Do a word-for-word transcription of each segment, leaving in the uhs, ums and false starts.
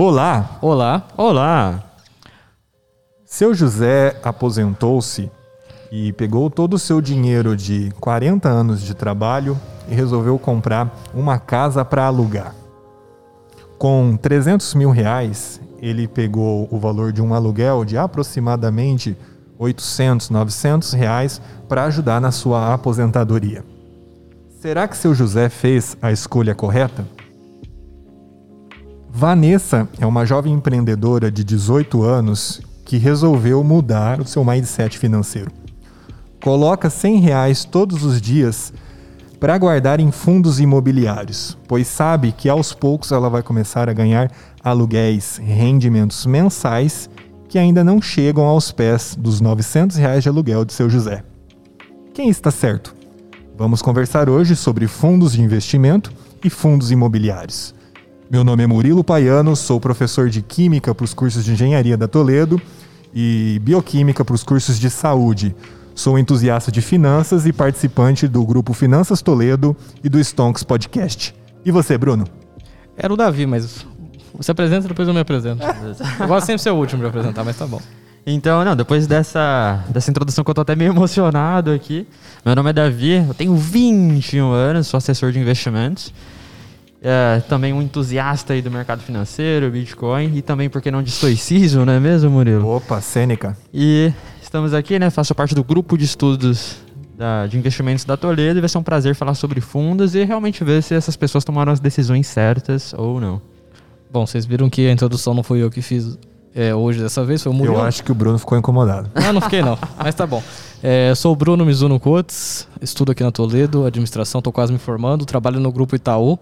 Olá! Olá! Olá! Seu José aposentou-se e pegou todo o seu dinheiro de quarenta anos de trabalho e resolveu comprar uma casa para alugar. Com trezentos mil reais, ele pegou o valor de um aluguel de aproximadamente oitocentos, novecentos reais para ajudar na sua aposentadoria. Será que seu José fez a escolha correta? Vanessa é uma jovem empreendedora de dezoito anos que resolveu mudar o seu mindset financeiro. Coloca cem reais todos os dias para guardar em fundos imobiliários, pois sabe que aos poucos ela vai começar a ganhar aluguéis, rendimentos mensais que ainda não chegam aos pés dos novecentos reais de aluguel de seu José. Quem está certo? Vamos conversar hoje sobre fundos de investimento e fundos imobiliários. Meu nome é Murilo Paiano, sou professor de Química para os cursos de Engenharia da Toledo e Bioquímica para os cursos de Saúde. Sou entusiasta de finanças e participante do grupo Finanças Toledo e do Stonks Podcast. E você, Bruno? Era o Davi, mas você apresenta, depois eu me apresento. Eu gosto sempre de ser o último de apresentar, mas tá bom. Então, não, depois dessa, dessa introdução que eu tô até meio emocionado aqui. Meu nome é Davi, eu tenho vinte e um anos, sou assessor de investimentos. É, também um entusiasta aí do mercado financeiro, Bitcoin e também, por que não, de estoicismo, não é mesmo, Murilo? Opa, Sêneca. E estamos aqui, né, faço parte do grupo de estudos da, de investimentos da Toledo e vai ser um prazer falar sobre fundos e realmente ver se essas pessoas tomaram as decisões certas ou não. Bom, vocês viram que a introdução não fui eu que fiz é, hoje dessa vez, foi o Murilo. Eu acho que o Bruno ficou incomodado. Não, não fiquei não, mas tá bom. É, sou o Bruno Mizuno Coates, estudo aqui na Toledo, administração, tô quase me formando, trabalho no grupo Itaú.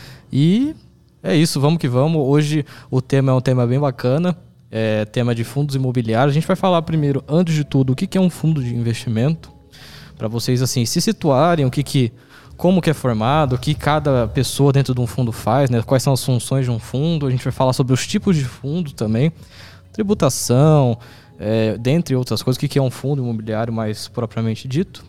E é isso, vamos que vamos. Hoje o tema é um tema bem bacana, é tema de fundos imobiliários. A gente vai falar primeiro, antes de tudo, o que é um fundo de investimento, para vocês assim se situarem, o que que, como que é formado, o que cada pessoa dentro de um fundo faz, né? Quais são as funções de um fundo. A gente vai falar sobre os tipos de fundo também, tributação, é, dentre outras coisas, o que que é um fundo imobiliário mais propriamente dito.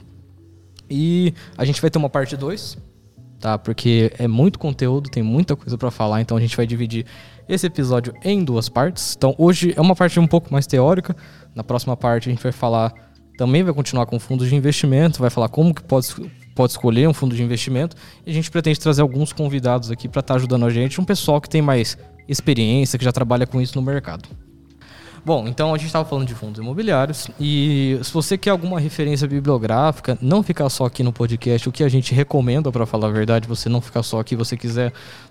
E a gente vai ter uma parte dois. Tá, porque é muito conteúdo, tem muita coisa para falar, então a gente vai dividir esse episódio em duas partes. Então hoje é uma parte um pouco mais teórica, na próxima parte a gente vai falar, também vai continuar com fundos de investimento, vai falar como que pode, pode escolher um fundo de investimento, e a gente pretende trazer alguns convidados aqui para estar ajudando a gente, um pessoal que tem mais experiência, que já trabalha com isso no mercado. Bom, então a gente estava falando de fundos imobiliários e se você quer alguma referência bibliográfica, não ficar só aqui no podcast, o que a gente recomenda, para falar a verdade, você não ficar só aqui, você quiser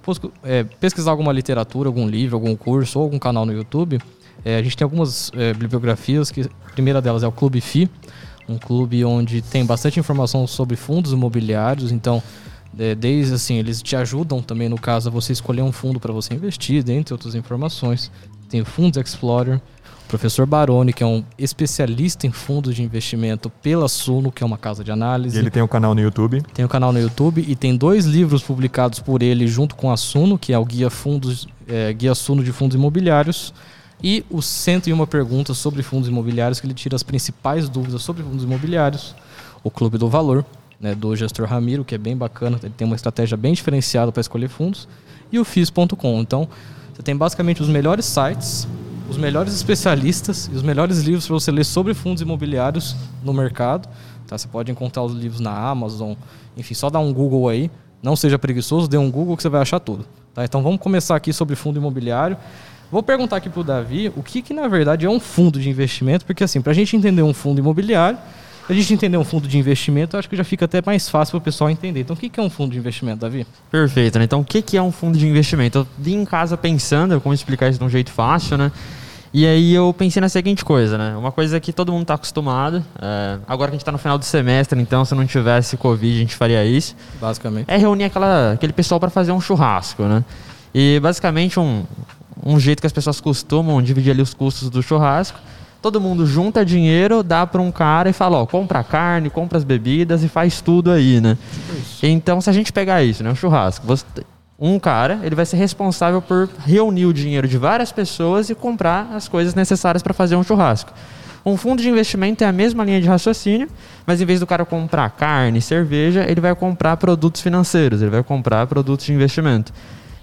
é, pesquisar alguma literatura, algum livro, algum curso ou algum canal no YouTube, é, a gente tem algumas é, bibliografias, que a primeira delas é o Clube F I, um clube onde tem bastante informação sobre fundos imobiliários, então é, desde assim, eles te ajudam também no caso a você escolher um fundo para você investir, dentre outras informações. Tem o Funds Explorer, o professor Baroni, que é um especialista em fundos de investimento pela Suno, que é uma casa de análise. Ele tem um canal no YouTube. Tem um canal no YouTube e tem dois livros publicados por ele junto com a Suno, que é o Guia, fundos, é, Guia Suno de Fundos Imobiliários, e os cento e uma perguntas sobre fundos imobiliários, que ele tira as principais dúvidas sobre fundos imobiliários. O Clube do Valor, né, do gestor Ramiro, que é bem bacana, ele tem uma estratégia bem diferenciada para escolher fundos. E o F I S ponto com. Então, você tem basicamente os melhores sites, os melhores especialistas e os melhores livros para você ler sobre fundos imobiliários no mercado. Tá? Você pode encontrar os livros na Amazon, enfim, só dá um Google aí. Não seja preguiçoso, dê um Google que você vai achar tudo. Tá? Então vamos começar aqui sobre fundo imobiliário. Vou perguntar aqui para o Davi o que, que na verdade é um fundo de investimento, porque assim, para a gente entender um fundo imobiliário, para a gente entender um fundo de investimento, eu acho que já fica até mais fácil para o pessoal entender. Então, o que é um fundo de investimento, Davi? Perfeito, né? Então, o que é um fundo de investimento? Eu vim em casa pensando como explicar isso de um jeito fácil, né? E aí eu pensei na seguinte coisa, né? Uma coisa que todo mundo está acostumado. É, agora que a gente está no final do semestre, então, se não tivesse Covid, a gente faria isso. Basicamente. É reunir aquela, aquele pessoal para fazer um churrasco, né? E, basicamente, um, um jeito que as pessoas costumam dividir ali os custos do churrasco. Todo mundo junta dinheiro, dá para um cara e fala, ó, compra a carne, compra as bebidas e faz tudo aí, né? Isso. Então, se a gente pegar isso, né, um churrasco, você, um cara, ele vai ser responsável por reunir o dinheiro de várias pessoas e comprar as coisas necessárias para fazer um churrasco. Um fundo de investimento é a mesma linha de raciocínio, mas em vez do cara comprar carne, cerveja, ele vai comprar produtos financeiros, ele vai comprar produtos de investimento.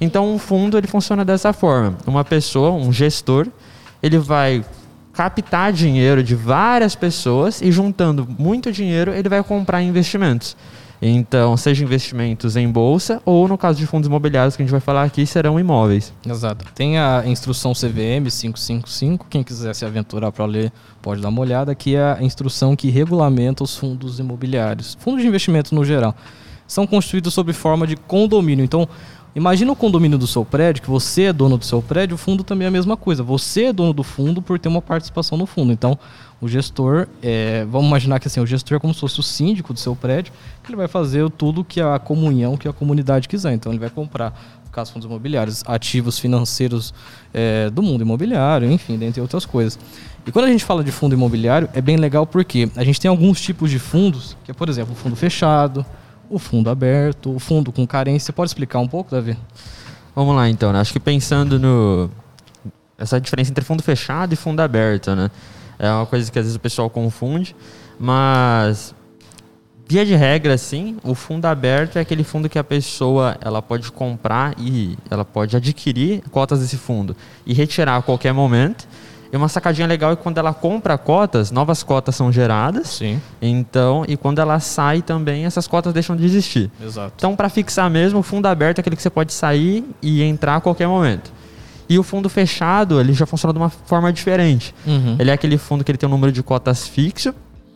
Então, um fundo ele funciona dessa forma. Uma pessoa, um gestor, ele vai captar dinheiro de várias pessoas e juntando muito dinheiro, ele vai comprar investimentos. Então, seja investimentos em bolsa ou, no caso de fundos imobiliários que a gente vai falar aqui, serão imóveis. Exato. Tem a instrução C V M quinhentos e cinquenta e cinco, quem quiser se aventurar para ler pode dar uma olhada, que é a instrução que regulamenta os fundos imobiliários. Fundos de investimento no geral. São constituídos sob forma de condomínio. Então, imagina o condomínio do seu prédio, que você é dono do seu prédio, o fundo também é a mesma coisa. Você é dono do fundo por ter uma participação no fundo. Então, o gestor, é, vamos imaginar que assim, o gestor é como se fosse o síndico do seu prédio, que ele vai fazer tudo que a comunhão, que a comunidade quiser. Então, ele vai comprar, no caso fundos imobiliários, ativos financeiros é, do mundo imobiliário, enfim, dentre outras coisas. E quando a gente fala de fundo imobiliário, é bem legal porque a gente tem alguns tipos de fundos, que é, por exemplo, o fundo fechado, o fundo aberto, o fundo com carência. Você pode explicar um pouco, Davi? Vamos lá, então. Né? Acho que pensando no... essa diferença entre fundo fechado e fundo aberto, né? É uma coisa que às vezes o pessoal confunde, mas via de regra, sim, o fundo aberto é aquele fundo que a pessoa ela pode comprar e ela pode adquirir cotas desse fundo e retirar a qualquer momento. E uma sacadinha legal é que quando ela compra cotas, novas cotas são geradas. Sim. Então, e quando ela sai também, essas cotas deixam de existir. Exato. Então, para fixar mesmo, o fundo aberto é aquele que você pode sair e entrar a qualquer momento. E o fundo fechado, ele já funciona de uma forma diferente. Uhum. Ele é aquele fundo que ele tem um número de cotas fixo.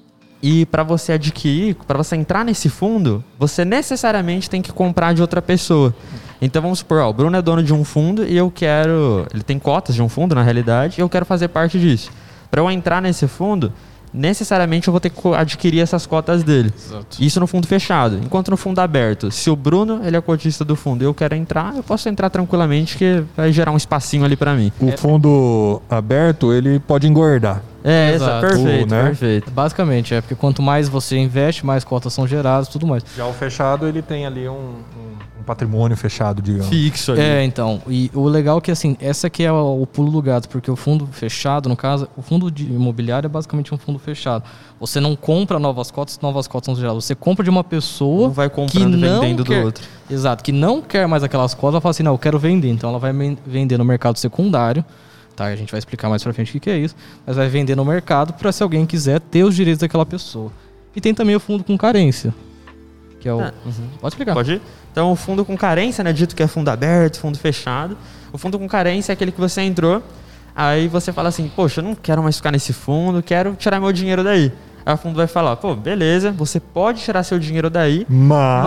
E para você adquirir, para você entrar nesse fundo, você necessariamente tem que comprar de outra pessoa. Então vamos supor, ó, o Bruno é dono de um fundo e eu quero... Ele tem cotas de um fundo, na realidade, e eu quero fazer parte disso. Para eu entrar nesse fundo, necessariamente eu vou ter que adquirir essas cotas dele. Exato. Isso no fundo fechado. Enquanto no fundo aberto, se o Bruno ele é cotista do fundo e eu quero entrar, eu posso entrar tranquilamente que vai gerar um espacinho ali para mim. O fundo aberto, ele pode engordar. É, Exato. exato. Perfeito, né? perfeito. Basicamente, é porque quanto mais você investe, mais cotas são geradas e tudo mais. Já o fechado, ele tem ali um, um, um patrimônio fechado, digamos. Fixo ali. É, então, e o legal é que assim, essa aqui é o, o pulo do gato, porque o fundo fechado, no caso, o fundo de imobiliário é basicamente um fundo fechado. Você não compra novas cotas, novas cotas são geradas. Você compra de uma pessoa Um vai que comprando e não vendendo quer, do outro. Exato, que não quer mais aquelas cotas, ela fala assim, não, eu quero vender. Então ela vai men- vender no mercado secundário. Tá, a gente vai explicar mais pra frente o que, que é isso, mas vai vender no mercado para se alguém quiser ter os direitos daquela pessoa. E tem também o fundo com carência, que é o... Ah, uhum. Pode explicar. Pode ir? Então, o fundo com carência, né? Dito que é fundo aberto, fundo fechado. O fundo com carência é aquele que você entrou, aí você fala assim, poxa, eu não quero mais ficar nesse fundo, quero tirar meu dinheiro daí. Aí o fundo vai falar, pô, beleza, você pode tirar seu dinheiro daí, Mas...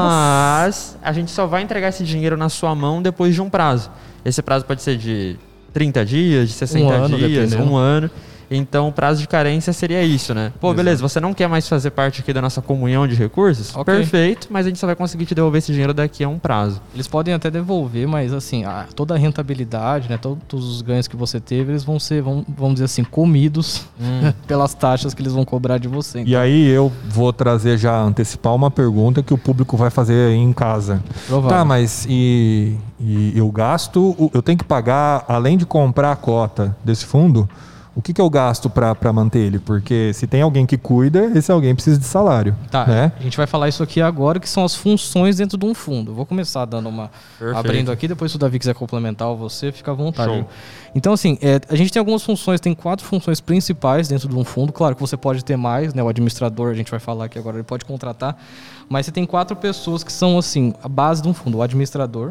mas a gente só vai entregar esse dinheiro na sua mão depois de um prazo. Esse prazo pode ser de trinta dias, de sessenta Um ano, dias, dependendo. um ano. Então, o prazo de carência seria isso, né? Pô, beleza, você não quer mais fazer parte aqui da nossa comunhão de recursos? Ok. Perfeito, mas a gente só vai conseguir te devolver esse dinheiro daqui a um prazo. Eles podem até devolver, mas assim, a- toda a rentabilidade, né, todos os ganhos que você teve, eles vão ser, vão, vamos dizer assim, comidos pelas taxas que eles vão cobrar de você. E aí eu vou trazer já, antecipar uma pergunta que o público vai fazer aí em casa. Provável. Tá, mas e, e eu gasto, o- eu tenho que pagar, além de comprar a cota desse fundo, o que, que eu gasto para manter ele? Porque se tem alguém que cuida, esse alguém precisa de salário. Tá, né? a gente vai falar isso aqui agora, que são as funções dentro de um fundo. Eu vou começar dando uma... Perfeito. Abrindo aqui, depois se o Davi quiser complementar ou você, fica à vontade. Show. Então, assim, é, a gente tem algumas funções, tem quatro funções principais dentro de um fundo. Claro que você pode ter mais, né? O administrador, a gente vai falar aqui agora, ele pode contratar. Mas você tem quatro pessoas que são, assim, a base de um fundo. O administrador,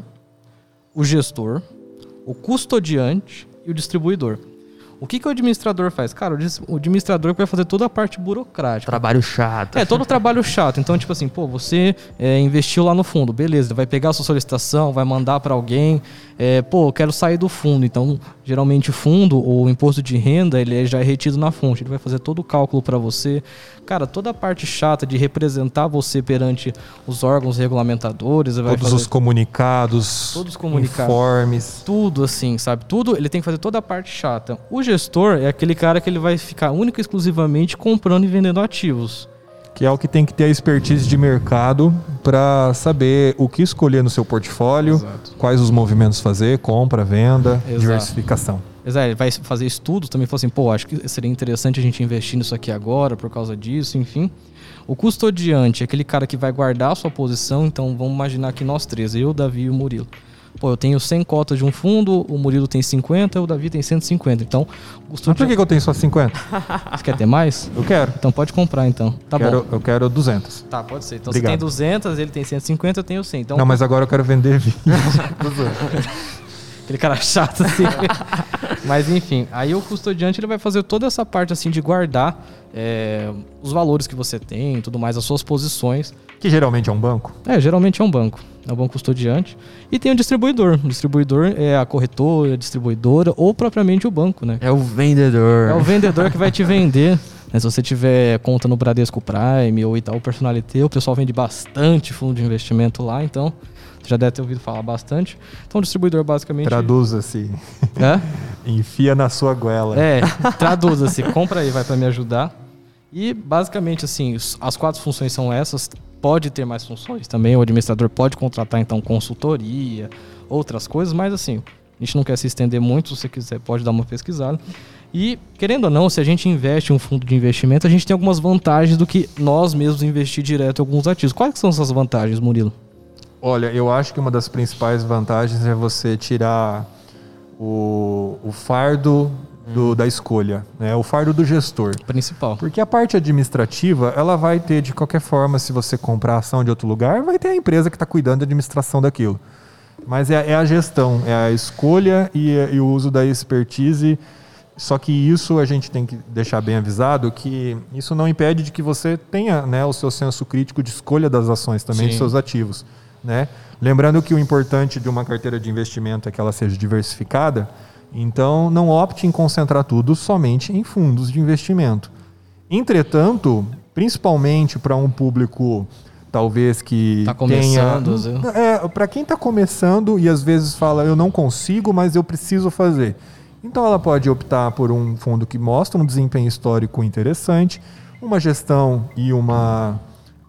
o gestor, o custodiante e o distribuidor. O que, que o administrador faz? Cara, o dis- o administrador vai fazer toda a parte burocrática. Trabalho chato. É, todo o trabalho chato. Então, tipo assim, pô, você é, investiu lá no fundo, beleza, vai pegar a sua solicitação, vai mandar para alguém, é, pô, eu quero sair do fundo. Então, geralmente o fundo, ou o imposto de renda, ele é- já é retido na fonte, ele vai fazer todo o cálculo para você. Cara, toda a parte chata de representar você perante os órgãos regulamentadores, vai Todos fazer os comunicados, Todos os comunicados. informes. tudo assim, sabe? Tudo, ele tem que fazer toda a parte chata. O gestor é aquele cara que ele vai ficar única e exclusivamente comprando e vendendo ativos. Que é o que tem que ter a expertise de mercado para saber o que escolher no seu portfólio, Exato. quais os movimentos fazer, compra, venda, Exato. diversificação. Exato, ele vai fazer estudos, também falou assim, pô, acho que seria interessante a gente investir nisso aqui agora por causa disso, enfim. O custodiante é aquele cara que vai guardar a sua posição, então vamos imaginar que nós três, eu, Davi e o Murilo. Pô, eu tenho cem cotas de um fundo, o Murilo tem cinquenta, o Davi tem cento e cinquenta. Então, o Mas por que, que eu tenho só cinquenta? Você quer ter mais? Eu quero. Então pode comprar, então. Tá quero bom. Eu quero duzentos. Tá, pode ser. Então Obrigado. você tem duzentos, ele tem cento e cinquenta, eu tenho cem. Então, Não, mas agora eu quero vender vinte. aquele cara chato assim. Mas enfim, aí o custodiante ele vai fazer toda essa parte assim de guardar é, os valores que você tem e tudo mais, as suas posições. Que geralmente é um banco. É, geralmente é um banco. É um banco custodiante. E tem o distribuidor. O distribuidor é a corretora, a distribuidora ou propriamente o banco, né? É o vendedor. É o vendedor que vai te vender. Né? Se você tiver conta no Bradesco Prime ou Itaú Personalité, o pessoal vende bastante fundo de investimento lá, então já deve ter ouvido falar bastante. Então o distribuidor basicamente... Traduza-se. É? Enfia na sua goela. É, traduza-se. Compra aí, vai para me ajudar. E basicamente assim, as quatro funções são essas. Pode ter mais funções também. O administrador pode contratar então consultoria, outras coisas, mas assim, a gente não quer se estender muito. Se você quiser, pode dar uma pesquisada. E, querendo ou não, se a gente investe em um fundo de investimento, a gente tem algumas vantagens do que nós mesmos investir direto em alguns ativos. Quais são essas vantagens, Murilo? Olha, eu acho que uma das principais vantagens é você tirar o, o fardo do, da escolha, né? O fardo do gestor. Principal. Porque a parte administrativa, ela vai ter, de qualquer forma, se você comprar ação de outro lugar, vai ter a empresa que está cuidando da administração daquilo. Mas é, é a gestão, é a escolha e, e o uso da expertise. Só que isso a gente tem que deixar bem avisado, que isso não impede de que você tenha, né, o seu senso crítico de escolha das ações também, Sim. dos seus ativos. Né? Lembrando que o importante de uma carteira de investimento é que ela seja diversificada, então não opte em concentrar tudo somente em fundos de investimento. Entretanto, principalmente para um público talvez que tá começando, tenha... É, para quem está começando e às vezes fala, eu não consigo, mas eu preciso fazer. Então ela pode optar por um fundo que mostra um desempenho histórico interessante, uma gestão e uma...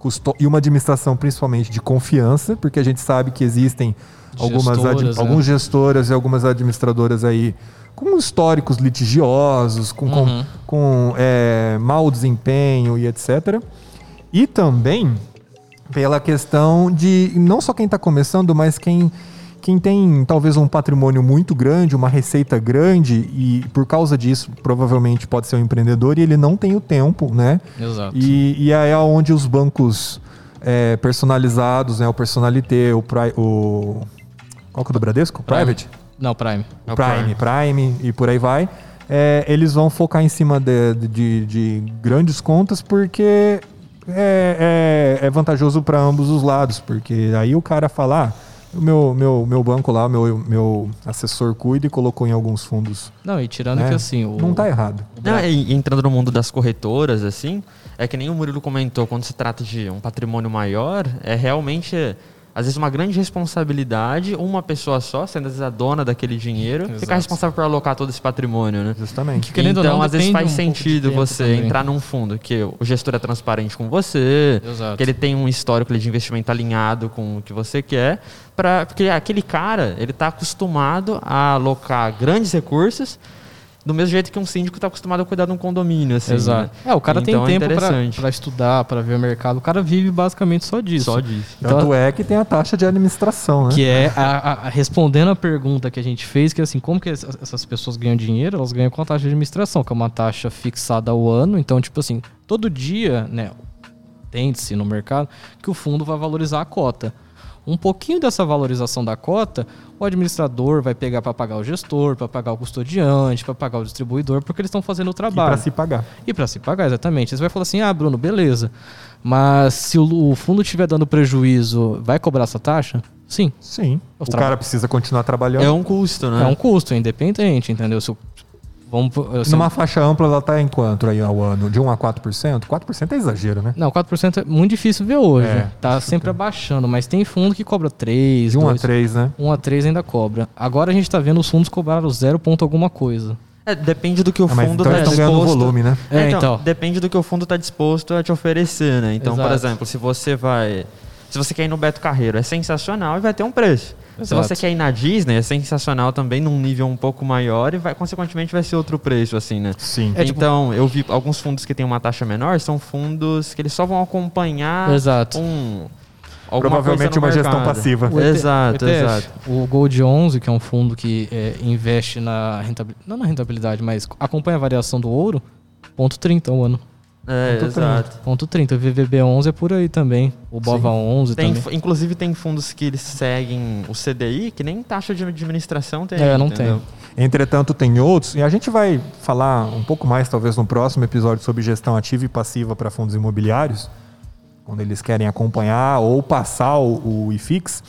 e uma administração principalmente de confiança, porque a gente sabe que existem algumas Gestoras, ad, é. algumas gestoras e algumas administradoras aí com históricos litigiosos, com, Uhum. com, com é, mau desempenho e etcétera. E também pela questão de não só quem está começando, mas quem, quem tem talvez um patrimônio muito grande, uma receita grande e por causa disso provavelmente pode ser um empreendedor e ele não tem o tempo, né? Exato. E, e aí é onde os bancos é, personalizados, né, o Personalité, o, Pri, o qual que é o do Bradesco? Prime. Private? Não, Prime. É o Prime, Prime e por aí vai. É, eles vão focar em cima de, de, de grandes contas porque é, é, é vantajoso para ambos os lados, porque aí o cara fala, ah, o meu, meu, meu banco lá, meu, meu assessor cuida e colocou em alguns fundos. Não, e tirando né? que assim... O... Não está errado. Não, e entrando no mundo das corretoras, assim, é que nem o Murilo comentou, quando se trata de um patrimônio maior, é realmente, às vezes, uma grande responsabilidade, uma pessoa só, sendo às vezes a dona daquele dinheiro, Exato. ficar responsável por alocar todo esse patrimônio, né? Justamente. Querendo ou então, não, às vezes depende faz um pouco de sentido tempo você também. entrar num fundo que o gestor é transparente com você, Exato. que ele tem um histórico de investimento alinhado com o que você quer, pra, porque aquele cara, ele está acostumado a alocar grandes recursos do mesmo jeito que um síndico está acostumado a cuidar de um condomínio, assim. Exato. Né? É, o cara Então, é tem tempo interessante. para estudar, para ver o mercado. O cara vive basicamente só disso. Só disso. Então, Tanto é que tem a taxa de administração, né? que é a, a- a- respondendo a pergunta que a gente fez, que é assim, como que essas essas pessoas ganham dinheiro? Elas ganham com a taxa de administração, que é uma taxa fixada ao ano. Então, tipo assim, todo dia, né, tende-se no mercado que o fundo vai valorizar a cota. Um pouquinho dessa valorização da cota, o administrador vai pegar para pagar o gestor, para pagar o custodiante, para pagar o distribuidor, porque eles estão fazendo o E trabalho. para se pagar. E para se pagar, exatamente. Você vai falar assim, ah, Bruno, beleza. Mas se o, o fundo estiver dando prejuízo, vai cobrar essa taxa? Sim. Sim. Os O traba- cara precisa continuar trabalhando. É um custo, né? É um custo, é independente, entendeu? Se o- vamos, se- Numa faixa ampla, ela está em quanto aí ao ano? De um a quatro por cento? quatro por cento é exagero, né? Não, quatro por cento é muito difícil ver hoje. É. Tá sempre abaixando, mas tem fundo que cobra três, De um a dois, três, né? um a três ainda cobra. Agora a gente tá vendo os fundos cobraram zero ponto alguma coisa. É, depende do que o Ah, mas fundo então está eles estão ganhando disposto. volume, né? É, É, então, então. depende do que o fundo está disposto a te oferecer, né? Então, por Exato. exemplo, se você vai... Se você quer ir no Beto Carreiro, é sensacional e vai ter um preço. Exato. Se você quer ir na Disney, é sensacional também, num nível um pouco maior e vai, consequentemente vai ser outro preço, assim, né? Sim. É, tipo- Então, eu vi alguns fundos que têm uma taxa menor, são fundos que eles só vão acompanhar Exato. um... alguma Provavelmente coisa no uma mercado. gestão passiva. O E T Exato, o E T F, exato. O Gold onze, que é um fundo que é, investe na rentabilidade, não na rentabilidade, mas acompanha a variação do ouro, ponto trinta ao ano. É, Ponto exato. Ponto trinta. O V V B onze é por aí também. O Bova onze Tem, também. inclusive tem fundos que eles seguem o C D I, que nem taxa de administração tem. É, não entendeu? tem. Entretanto, tem outros, e a gente vai falar um pouco mais, talvez, no próximo episódio sobre gestão ativa e passiva para fundos imobiliários, quando eles querem acompanhar ou passar o, o I F I X.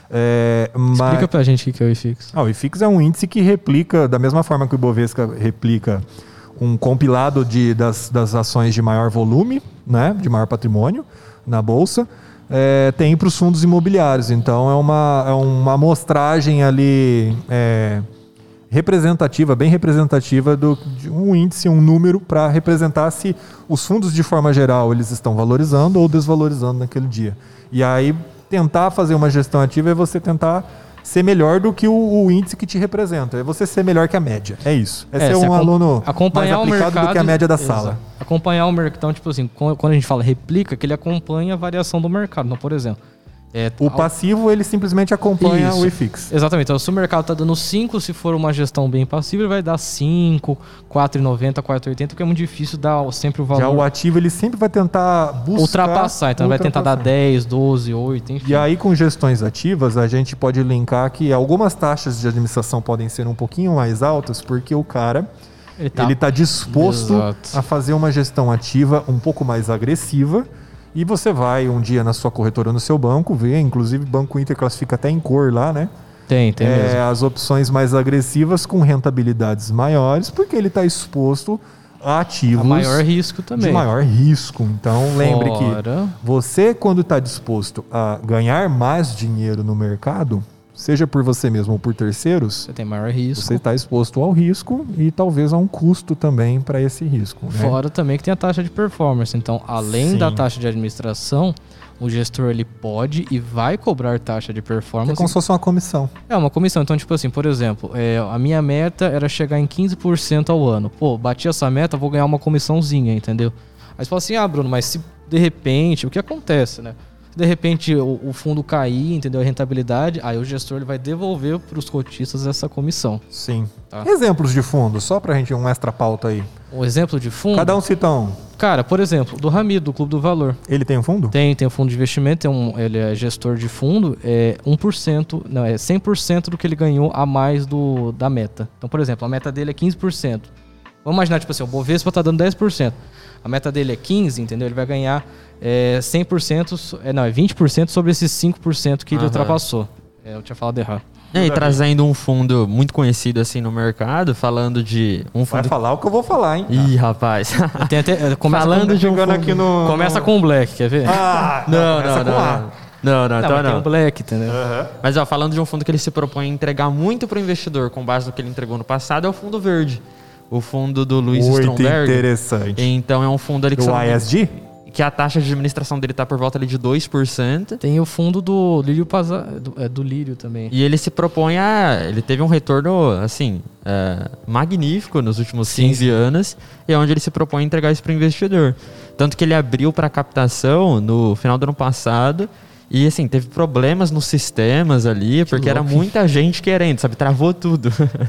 É, Explica mas... pra gente o que é o I F I X. Ah, o I F I X é um índice que replica, da mesma forma que o Ibovespa replica um compilado de, das, das ações de maior volume, né, de maior patrimônio na Bolsa, é, tem para os fundos imobiliários. Então é uma, é uma amostragem ali é, representativa, bem representativa do, de um índice, um número para representar se os fundos de forma geral eles estão valorizando ou desvalorizando naquele dia. E aí tentar fazer uma gestão ativa é você tentar ser melhor do que o, o índice que te representa. É você ser melhor que a média. É isso. É, É, ser se um acom- aluno mais acompanhar o aplicado mercado do que a média da Exato. sala. Acompanhar o mercado. Então, tipo assim, quando quando a gente fala replica, que ele acompanha a variação do mercado. Então, por exemplo, é, O ao- passivo, ele simplesmente acompanha Isso. o I F I X. Exatamente. Então, se o mercado está dando cinco, se for uma gestão bem passiva, ele vai dar cinco, quatro vírgula noventa, quatro vírgula oitenta, porque é muito difícil dar sempre o valor Já o ativo, ele sempre vai tentar buscar... ultrapassar. Então, ele vai tentar dar ultrapassar. dez, doze, oito, enfim. E aí, com gestões ativas, a gente pode linkar que algumas taxas de administração podem ser um pouquinho mais altas, porque o cara ele tá, ele está disposto Exato. a fazer uma gestão ativa um pouco mais agressiva. E você vai um dia na sua corretora, no seu banco, ver, inclusive Banco Inter classifica até em cor lá, né? Tem, tem É, mesmo. as opções mais agressivas com rentabilidades maiores, porque ele está exposto a ativos A maior risco também. de maior risco. Então, lembre que Fora. você, quando está disposto a ganhar mais dinheiro no mercado, seja por você mesmo ou por terceiros, Você tem maior risco. você está exposto ao risco e talvez a um custo também para esse risco. Né? Fora também que tem a taxa de performance. Então, além Sim. da taxa de administração, o gestor ele pode e vai cobrar taxa de É performance. como se fosse uma comissão. É uma comissão. Então, tipo assim, por exemplo, é, a minha meta era chegar em quinze por cento ao ano. Pô, bati essa meta, vou ganhar uma comissãozinha, entendeu? Aí você fala assim, ah, Bruno, mas se de repente, o que acontece, né? Se de repente o, o fundo cair, entendeu? A rentabilidade, aí o gestor ele vai devolver para os cotistas essa comissão. Sim. Tá. Exemplos de fundos, só para a gente um extra pauta aí. Um exemplo de fundo. Cada um cita um. Cara, por exemplo, do Ramiro, do Clube do Valor. Ele tem um fundo? Tem, tem um fundo de investimento, tem um, ele é gestor de fundo, é um por cento, não, é cem por cento do que ele ganhou a mais do, da meta. Então, por exemplo, a meta dele é quinze por cento. Vamos imaginar, tipo assim, o Bovespa tá dando dez por cento. A meta dele é quinze por cento, entendeu? Ele vai ganhar é, cem por cento, é, não, é vinte por cento sobre esses cinco por cento que ele Aham. ultrapassou. É, eu tinha falado errado. E aí, trazendo um fundo muito conhecido assim no mercado, falando de um Vai fundo... falar o que eu vou falar, hein? Ih, rapaz. Tem até, é, começa Falando com, de um Chegando fundo... aqui no... começa no- com o Black, quer ver? Ah, Não, começa não, com não, A. não. Não, não, não, então mas tem não. o Black, entendeu? Aham. Mas ó, falando de um fundo que ele se propõe a entregar muito para o investidor com base no que ele entregou no passado, é o Fundo Verde. O fundo do Luiz Muito Stromberg. interessante. Então é um fundo ali que, Do só- I S G? que a taxa de administração dele está por volta ali de dois por cento. Tem o fundo do Lírio Pazar, do, é do Lírio também. E ele se propõe a... Ele teve um retorno, assim, é, magnífico nos últimos Sim, quinze sim. anos. E é onde ele se propõe a entregar isso para o investidor. Tanto que ele abriu para captação no final do ano passado. E, assim, teve problemas nos sistemas ali, porque era louco. muita gente querendo, sabe? Travou tudo.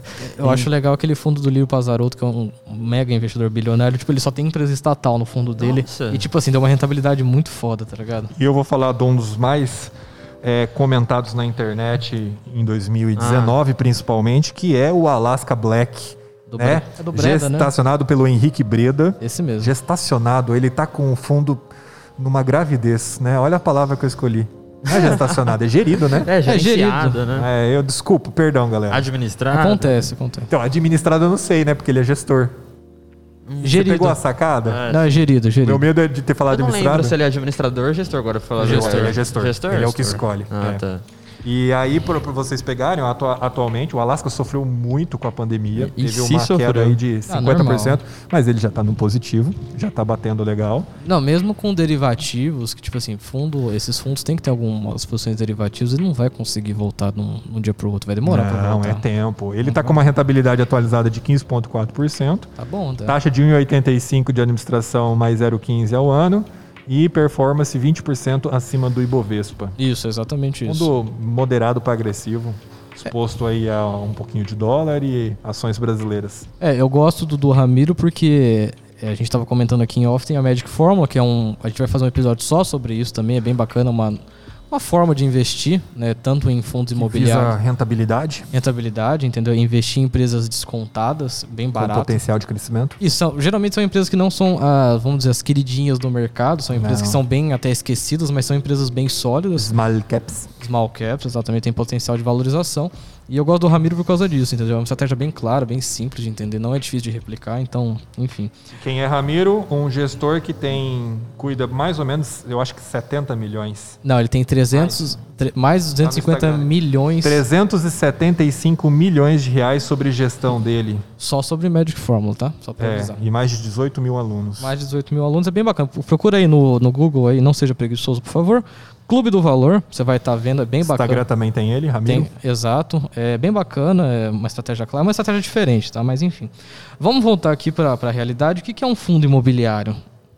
Eu acho legal aquele fundo do Lírio Pazarotto, que é um mega investidor bilionário. Tipo, ele só tem empresa estatal no fundo dele. Nossa. E, tipo assim, deu uma rentabilidade muito foda, tá ligado? E eu vou falar de um dos mais é, comentados na internet em dois mil e dezenove, principalmente, que é o Alaska Black. Do né? Bre- é do Breda, né? Gestacionado pelo Henrique Breda. Esse mesmo. Gestacionado, ele tá com o fundo numa gravidez, né? Olha a palavra que eu escolhi. Não é gestacionado, é gerido, né? É, gerenciado, gerido. né? É, eu desculpo, perdão, galera. Administrado. Acontece, acontece. Então, administrado eu não sei, né? Porque ele é gestor. Você Gerido. pegou a sacada? É. Não, é gerido, gerido. Meu medo é de ter falado Eu não administrado. lembro se ele é administrador ou gestor agora. Falar Gestor. Ele é gestor. Gestor? Ele é o que Gestor. escolhe. Ah, É. tá. E aí, para vocês pegarem, atua- atualmente o Alasca sofreu muito com a pandemia. E teve se uma sofreu? queda aí de Ah, cinquenta por cento, mas ele já está no positivo, já está batendo legal. Não, mesmo com derivativos, que tipo assim, fundo, esses fundos tem que ter algumas posições derivativas, ele não vai conseguir voltar de um, de um dia pro outro, vai demorar pra Não, voltar. é tempo. Ele está com uma rentabilidade atualizada de quinze vírgula quatro por cento, Tá bom, tá? taxa de um vírgula oitenta e cinco de administração mais zero vírgula quinze ao ano E performance vinte por cento acima do Ibovespa. Isso, exatamente isso. Fundo moderado para agressivo, exposto aí a um pouquinho de dólar e ações brasileiras. É, eu gosto do, do Ramiro porque é, a gente estava comentando aqui em off, tem a Magic Formula, que é um... A gente vai fazer um episódio só sobre isso também, é bem bacana, uma, uma forma de investir, né, tanto em fundos Que imobiliários... visa rentabilidade. Rentabilidade, entendeu? Investir em empresas descontadas, bem Com baratas. potencial de crescimento. E são, geralmente são empresas que não são, ah, vamos dizer, as queridinhas do mercado, são empresas Não. que são bem até esquecidas, mas são empresas bem sólidas. Small caps. Small caps, exatamente, tem potencial de valorização. E eu gosto do Ramiro por causa disso, entendeu? É uma estratégia bem clara, bem simples de entender, não é difícil de replicar, então, enfim. Quem é Ramiro? Um gestor que tem, cuida mais ou menos, eu acho que setenta milhões. Não, ele tem trezentos, tre- mais de duzentos e cinquenta Instagram. milhões trezentos e setenta e cinco milhões de reais sobre gestão dele. só sobre Magic Formula, tá? Só pra É, avisar. e mais de dezoito mil alunos. Mais de dezoito mil alunos, é bem bacana. Procura aí no, no Google, aí, não seja preguiçoso, por favor. Clube do Valor, você vai estar vendo, é bem Instagram bacana. também tem ele, Ramiro. Tem, exato, é bem bacana, é uma estratégia clara, uma estratégia diferente, tá? Mas enfim. Vamos voltar aqui para a realidade. O que que é um fundo imobiliário?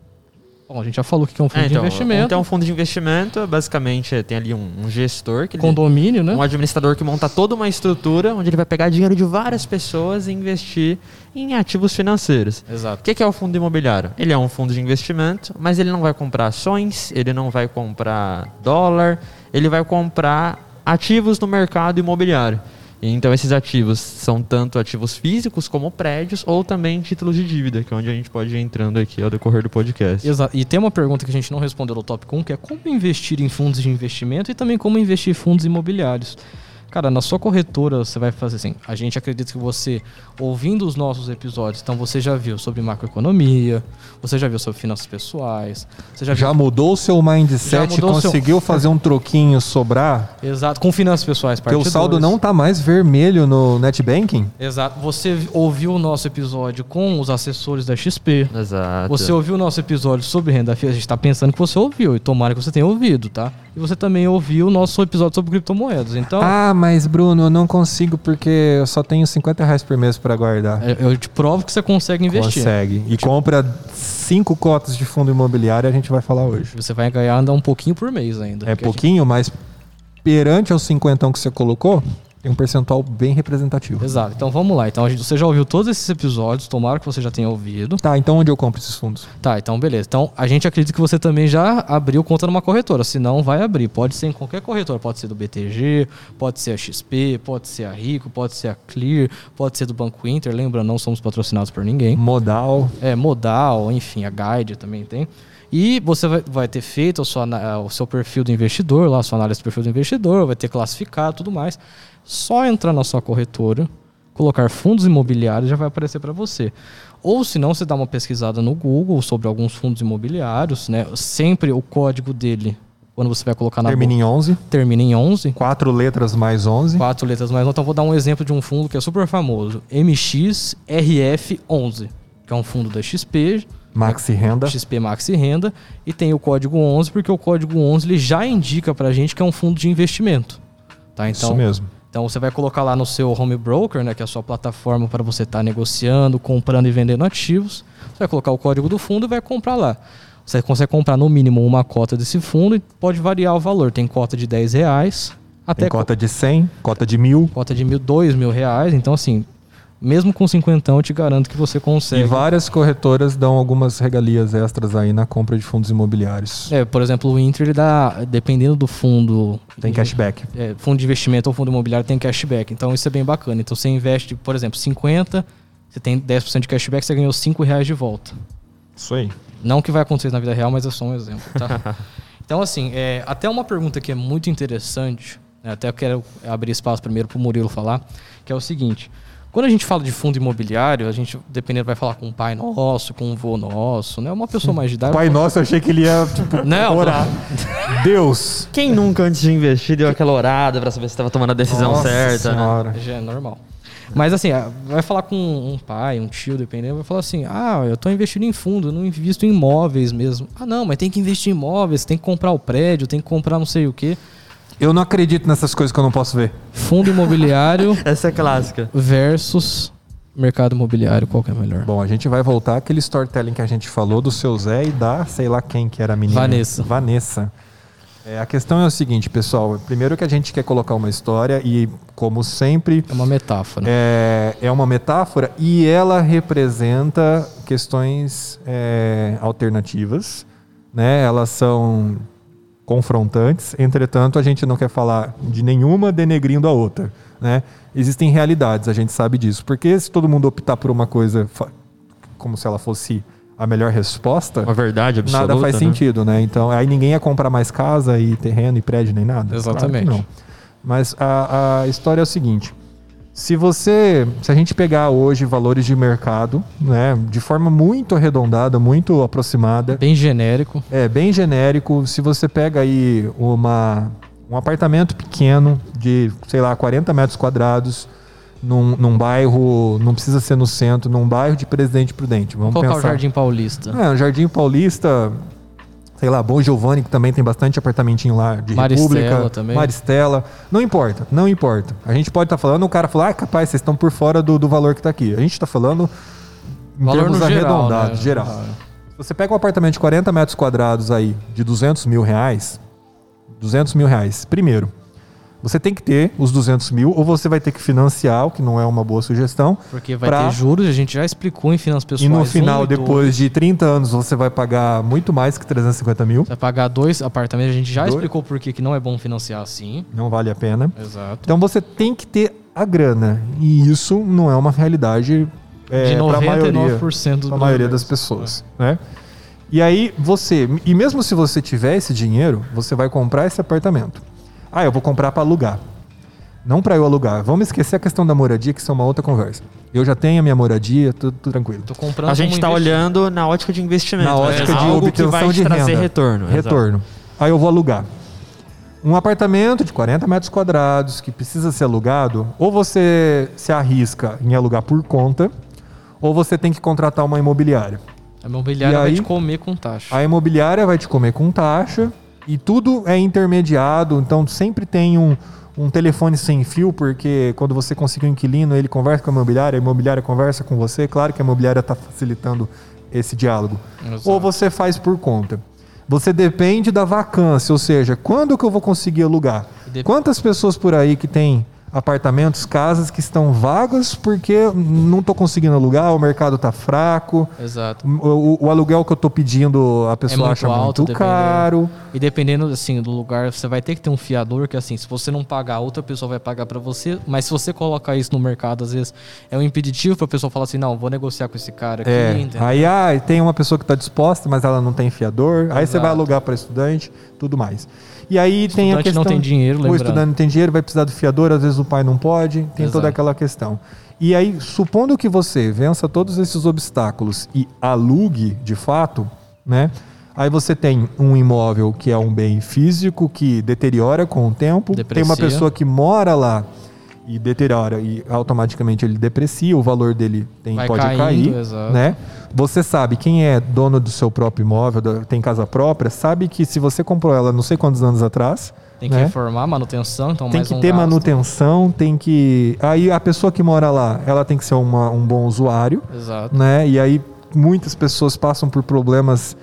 Bom, a gente já falou o que que é um fundo É, então, de investimento. Então, um fundo de investimento, basicamente, tem ali um, um gestor, que ele- Condomínio, né? um administrador que monta toda uma estrutura onde ele vai pegar dinheiro de várias pessoas e investir em ativos financeiros. Exato. O que que é o fundo imobiliário? Ele é um fundo de investimento, mas ele não vai comprar ações, ele não vai comprar dólar, ele vai comprar ativos no mercado imobiliário. E então esses ativos são tanto ativos físicos como prédios ou também títulos de dívida, que é onde a gente pode ir entrando aqui ao decorrer do podcast. Exato. E tem uma pergunta que a gente não respondeu no tópico um, que é como investir em fundos de investimento e também como investir em fundos imobiliários. Cara, na sua corretora você vai fazer assim, a gente acredita que você, ouvindo os nossos episódios, então você já viu sobre macroeconomia, você já viu sobre finanças pessoais, você já, Já viu... mudou o seu mindset Já e mudou o seu- conseguiu fazer um troquinho sobrar? Exato, com finanças pessoais, parte Teu saldo dois. não tá mais vermelho no NetBanking? Exato, você ouviu o nosso episódio com os assessores da X P, Exato. você ouviu o nosso episódio sobre renda fixa, a gente tá pensando que você ouviu, e tomara que você tenha ouvido, tá? E você também ouviu o nosso episódio sobre criptomoedas, então... Ah, mas Bruno, eu não consigo porque eu só tenho cinquenta reais por mês para guardar. Eu eu te provo que você consegue investir. Consegue. E compra cinco cotas de fundo imobiliário, a gente vai falar hoje. Você vai ganhar andar um pouquinho por mês ainda. É porque a gente- pouquinho, mas perante aos cinquentão que você colocou, tem um percentual bem representativo. Exato. Então vamos lá. Então a gente, você já ouviu todos esses episódios, tomara que você já tenha ouvido. Tá, então onde eu compro esses fundos? Tá, então beleza. Então a gente acredita que você também já abriu conta numa corretora, se não vai abrir. Pode ser em qualquer corretora, pode ser do B T G, pode ser a X P, pode ser a Rico, pode ser a Clear, pode ser do Banco Inter. Lembra, não somos patrocinados por ninguém. Modal. É, Modal, enfim, a Guide também tem. E você vai, vai ter feito a sua, ana- o seu perfil do investidor, lá, a sua análise do perfil do investidor, vai ter classificado tudo mais. Só entrar na sua corretora, colocar fundos imobiliários, já vai aparecer para você. Ou se não, você dá uma pesquisada no Google sobre alguns fundos imobiliários, né? Sempre o código dele, quando você vai colocar na Termina bo- em onze. termina em onze. Quatro letras mais onze. Quatro letras mais um. Então vou dar um exemplo de um fundo que é super famoso. M X R F onze, que é um fundo da X P. Maxi Renda. X P Maxi Renda, e tem o código onze, porque o código onze ele já indica pra gente que é um fundo de investimento. Tá? Então, Isso mesmo. então você vai colocar lá no seu home broker, né, que é a sua plataforma para você estar negociando, comprando e vendendo ativos. Você vai colocar o código do fundo e vai comprar lá. Você consegue comprar no mínimo uma cota desse fundo e pode variar o valor. Tem cota de dez reais até Tem cota de cem, cota de mil. cota de mil, dois mil reais. Então assim, mesmo com cinquentão, eu te garanto que você E consegue. várias corretoras dão algumas regalias extras aí na compra de fundos imobiliários. É, por exemplo, o Inter, ele dá, dependendo do fundo... Tem cashback. É, fundo de investimento ou fundo imobiliário tem cashback. Então isso é bem bacana. Então você investe, por exemplo, cinquenta, você tem dez por cento de cashback, você ganhou cinco reais de volta. Isso aí. Não que vai acontecer na vida real, mas é só um exemplo, tá? Então assim, é, até uma pergunta que é muito interessante, né, até eu quero abrir espaço primeiro para o Murilo falar, que é o seguinte... Quando a gente fala de fundo imobiliário, a gente, dependendo, vai falar com um pai nosso, com um vô nosso, né? Uma pessoa mais de idade... Pai nosso, eu achei que ele ia, tipo, Não, orar. Deus. Quem nunca, antes de investir, deu aquela orada pra saber se estava tomando a decisão Nossa certa, né? senhora. Já é normal. Mas assim, vai falar com um pai, um tio, dependendo, vai falar assim, ah, eu tô investindo em fundo, eu não invisto em imóveis mesmo. Ah não, mas tem que investir em imóveis, tem que comprar o prédio, tem que comprar não sei o quê. Eu não acredito nessas coisas que eu não posso ver. Fundo imobiliário Essa é clássica. versus mercado imobiliário, qual que é melhor? Bom, a gente vai voltar àquele storytelling que a gente falou do seu Zé e da sei lá quem que era a menina. Vanessa. Vanessa. É, a questão é o seguinte, pessoal. Primeiro que a gente quer colocar uma história e, como sempre... É uma metáfora. É, é uma metáfora e ela representa questões é, alternativas, né? Elas são confrontantes, entretanto, a gente não quer falar de nenhuma denegrindo a outra, né? Existem realidades, a gente sabe disso. Porque se todo mundo optar por uma coisa como se ela fosse a melhor resposta, Uma verdade absoluta, nada faz né? sentido, né? Então, aí ninguém ia comprar mais casa e terreno e prédio nem nada. Exatamente. Claro que não. Mas a, a história é o seguinte: se você, se a gente pegar hoje valores de mercado, né, de forma muito arredondada, muito aproximada, Bem genérico. é bem genérico, se você pega aí uma, um apartamento pequeno de, sei lá, quarenta metros quadrados, num, num bairro, não precisa ser no centro, num bairro de Presidente Prudente. Vamos Vamos colocar pensar. o Jardim Paulista. É, o Jardim Paulista, sei lá, Bom Giovanni, que também tem bastante apartamentinho lá de Maristela República. também. Maristela. Não importa, não importa. A gente pode estar falando, o cara fala, ah, capaz, vocês estão por fora do, do valor que está aqui. A gente está falando em Valor termos no geral, arredondados, né? geral. Ah. Se você pega um apartamento de quarenta metros quadrados aí, de duzentos mil reais, duzentos mil reais, primeiro, você tem que ter os duzentos mil, ou você vai ter que financiar, o que não é uma boa sugestão. Porque vai pra- ter juros, a gente já explicou em finanças pessoais. E no um final, e depois dois. de trinta anos, você vai pagar muito mais que trezentos e cinquenta mil. Você vai pagar dois apartamentos, a gente já Dois. explicou por que que não é bom financiar assim. Não vale a pena. Exato. Então você tem que ter a grana. E isso não é uma realidade é, De para a noventa e maioria, nove por cento dos pra maioria brasileiros. das pessoas. Né? E aí você, e mesmo se você tiver esse dinheiro, você vai comprar esse apartamento. Ah, eu vou comprar para alugar. Não para eu alugar. Vamos esquecer a questão da moradia, que isso é uma outra conversa. Eu já tenho a minha moradia, tudo, tudo tranquilo. Tô comprando A gente como está investimento. olhando na ótica de investimento. Na né? ótica de Algo que obtenção vai te de trazer renda. retorno. Retorno. Aí eu vou alugar. Um apartamento de quarenta metros quadrados que precisa ser alugado, ou você se arrisca em alugar por conta, ou você tem que contratar uma imobiliária. A imobiliária E vai aí- te comer com taxa. A imobiliária vai te comer com taxa e tudo é intermediado, então sempre tem um, um telefone sem fio, porque quando você conseguir um inquilino, ele conversa com a imobiliária, a imobiliária conversa com você. Claro que a imobiliária está facilitando esse diálogo. Exato. Ou você faz por conta. Você depende da vacância, ou seja, quando que eu vou conseguir alugar? Dep- Quantas pessoas por aí que tem apartamentos, casas que estão vagas porque não estou conseguindo alugar, o mercado está fraco, Exato. o, o- o aluguel que eu estou pedindo a pessoa muito acha alto, muito dependendo. caro. E dependendo assim do lugar, você vai ter que ter um fiador que assim, se você não pagar, outra pessoa vai pagar pra você, mas se você colocar isso no mercado, às vezes é um impeditivo pra pessoa falar assim, não, vou negociar com esse cara aqui, É, entendeu? aí ah, tem uma pessoa que está disposta, mas ela não tem fiador. Aí você Exato. vai alugar para estudante, tudo mais. E aí tem a estudante questão. não tem dinheiro, O lembrando. estudante não tem dinheiro, vai precisar do fiador, às vezes o pai não pode, tem toda Exato. aquela questão. E aí, supondo que você vença todos esses obstáculos e alugue de fato, né? Aí você tem um imóvel que é um bem físico que deteriora com o tempo. Deprecia. Tem uma pessoa que mora lá e deteriora e automaticamente ele deprecia, o valor dele tem, Vai pode caindo, cair, exato. né? Você sabe, quem é dono do seu próprio imóvel, da- tem casa própria, sabe que se você comprou ela não sei quantos anos atrás, Tem que né? reformar, manutenção, então Tem mais que um ter gasto. manutenção, tem que... Aí a pessoa que mora lá, ela tem que ser uma, um bom usuário, Exato. né? E aí muitas pessoas passam por problemas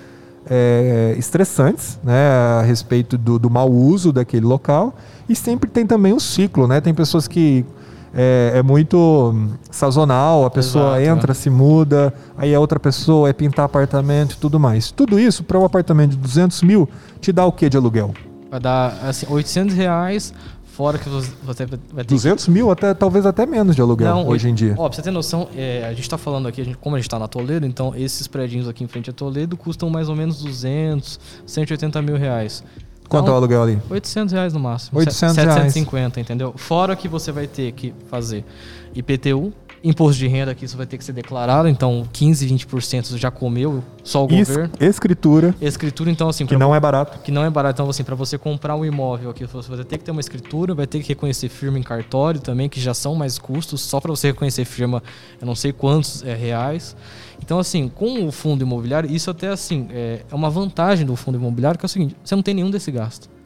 é, estressantes, né? A respeito do, do mau uso daquele local. E sempre tem também o ciclo, né? Tem pessoas que é, é muito hum, sazonal, a pessoa Exato, entra, se muda, aí a outra pessoa é pintar apartamento e tudo mais. Tudo isso para um apartamento de duzentos mil te dá o que de aluguel? Vai dar assim, oitocentos reais, fora que você você vai ter que duzentos mil, até, talvez até menos de aluguel Não, hoje em dia. Ó, pra você ter noção, é, a gente tá falando aqui, a gente, como a gente tá na Toledo, então esses prédios aqui em frente a Toledo custam mais ou menos duzentos, cento e oitenta mil reais. Quanto é Então, o aluguel ali? oitocentos reais no máximo. oitocentos setecentos reais. e cinquenta, entendeu? Fora que você vai ter que fazer I P T U, imposto de renda, que isso vai ter que ser declarado, então quinze, vinte por cento já comeu só o Es- governo. escritura, Escritura, então assim, que pra não é barato. que não é barato. Então, assim, para você comprar um imóvel aqui, você vai ter que ter uma escritura, vai ter que reconhecer firma em cartório também, que já são mais custos. Só para você reconhecer firma, eu não sei quantos é, reais. Então, assim, com o fundo imobiliário, isso até, assim, é, é uma vantagem do fundo imobiliário, que é o seguinte, você não tem nenhum desse gasto.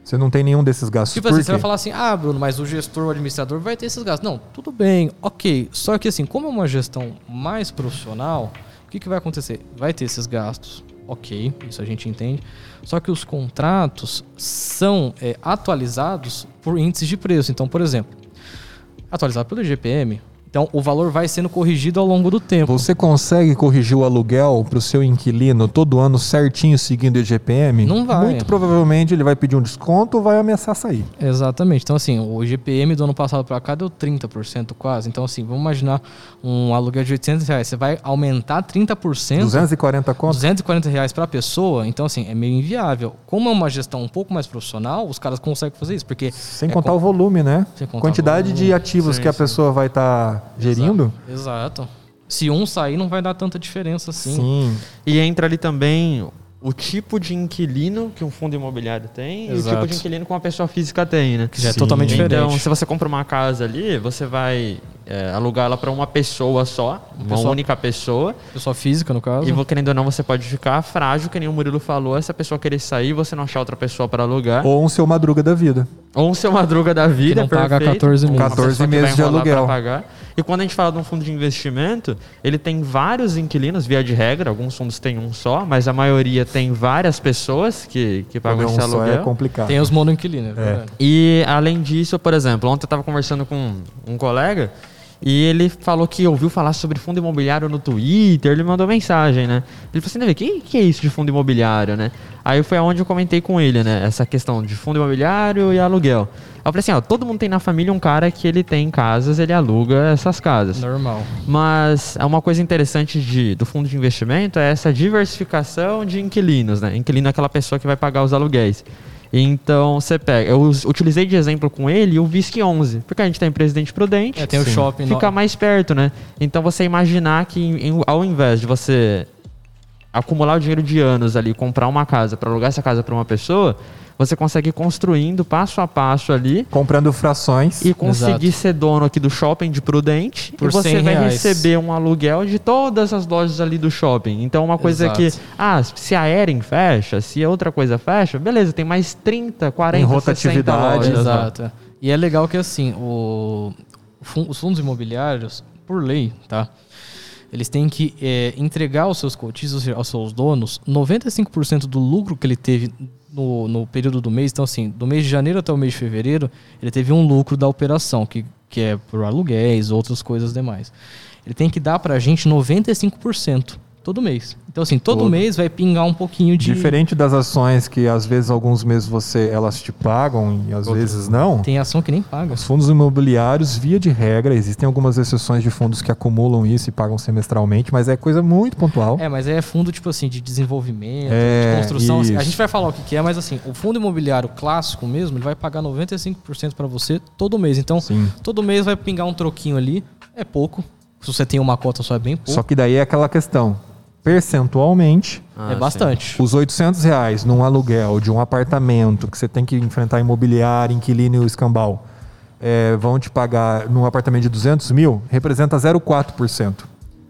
Você não tem nenhum desses gastos. Tipo Por assim, quê? você vai falar assim, ah, Bruno, mas o gestor, o administrador vai ter esses gastos. Não, tudo bem, ok. Só que assim, como é uma gestão mais profissional, o que, que vai acontecer? Vai ter esses gastos, ok, isso a gente entende. Só que os contratos são é, atualizados por índices de preço. Então, por exemplo, atualizado pelo I G P M, então o valor vai sendo corrigido ao longo do tempo. Você consegue corrigir o aluguel para o seu inquilino todo ano certinho seguindo o I G P M? Não vai. Muito provavelmente ele vai pedir um desconto ou vai ameaçar sair. Exatamente. Então, assim, o I G P M do ano passado para cá deu trinta por cento quase. Então, assim, vamos imaginar um aluguel de oitocentos reais. Você vai aumentar trinta por cento. duzentos e quarenta contos? duzentos e quarenta reais para a pessoa. Então, assim, é meio inviável. Como é uma gestão um pouco mais profissional, os caras conseguem fazer isso. Porque Sem é contar com... o volume, né? Sem contar Quantidade o volume. de ativos Sim, que a sim. pessoa vai estar tá gerindo. Exato. Exato. Se um sair, não vai dar tanta diferença assim. Sim. E entra ali também o tipo de inquilino que um fundo imobiliário tem Exato. e o tipo de inquilino que uma pessoa física tem, né? Que já é Sim. totalmente diferente. Então, se você compra uma casa ali, você vai é, alugar ela para uma pessoa só, uma pessoa- única pessoa. Pessoa física, no caso. E vo- querendo ou não, você pode ficar frágil, que nem o Murilo falou, essa pessoa querer sair, você não achar outra pessoa para alugar. Ou um seu Madruga da vida. Ou um seu Madruga da vida, Que não paga perfeito, quatorze uma meses. pessoa quatorze que vai meses de enrolar aluguel. pra pagar. E quando a gente fala de um fundo de investimento, ele tem vários inquilinos, via de regra, alguns fundos têm um só, mas a maioria tem várias pessoas que, que pagam Pagar esse um só aluguel. é complicado. Tem os monoinquilinos, é verdade. E além disso, por exemplo, ontem eu estava conversando com um colega e ele falou que ouviu falar sobre fundo imobiliário no Twitter, ele mandou mensagem, né? Ele falou assim, Davi, o que, que é isso de fundo imobiliário, né? Aí foi aonde eu comentei com ele, né? Essa questão de fundo imobiliário e aluguel. Aí eu falei assim, ó, todo mundo tem na família um cara que ele tem casas, ele aluga essas casas. Normal. Mas é uma coisa interessante de, do fundo de investimento é essa diversificação de inquilinos, né? Inquilino é aquela pessoa que vai pagar os aluguéis. Então, você pega... Eu us- utilizei de exemplo com ele o Visc onze, porque a gente tem Presidente Prudente, É, tem o Sim. shopping. fica no... mais perto, né? Então, você imaginar que em- em- ao invés de você acumular o dinheiro de anos ali, comprar uma casa, para alugar essa casa para uma pessoa, você consegue ir construindo passo a passo ali Comprando frações. e conseguir Exato. ser dono aqui do shopping de Prudente Por e você cem vai reais. receber um aluguel de todas as lojas ali do shopping. Então uma coisa Exato. que, ah, se a Ering fecha, se a outra coisa fecha, beleza, tem mais trinta, quarenta, Em rotatividade. sessenta lojas. lá. Exato. E é legal que assim, o, o fun- os fundos imobiliários, por lei, tá? Eles têm que é, entregar aos seus cotistas, ou seja, aos seus donos, noventa e cinco por cento do lucro que ele teve no, no período do mês. Então, assim, do mês de janeiro até o mês de fevereiro, ele teve um lucro da operação, que, que é por aluguéis, outras coisas demais. Ele tem que dar pra gente noventa e cinco por cento todo mês. Então, assim, todo, Todo. mês vai pingar um pouquinho de... Diferente das ações que às vezes alguns meses você elas te pagam e às vezes não. Tem ação que nem paga. Os fundos imobiliários, via de regra, existem algumas exceções de fundos que acumulam isso e pagam semestralmente, mas é coisa muito pontual. É, mas é fundo, tipo assim, de desenvolvimento, É, de construção. Assim, a isso. gente vai falar o que, que é, mas assim, o fundo imobiliário clássico mesmo, ele vai pagar noventa e cinco por cento para você todo mês. Então, Sim. todo mês vai pingar um troquinho ali. É pouco. Se você tem uma cota só, é bem pouco. Só que daí é aquela questão. Percentualmente, Ah, é sim. bastante. os oitocentos reais num aluguel de um apartamento que você tem que enfrentar imobiliário, inquilino e o escambau, é, vão te pagar num apartamento de duzentos mil, representa zero vírgula quatro por cento.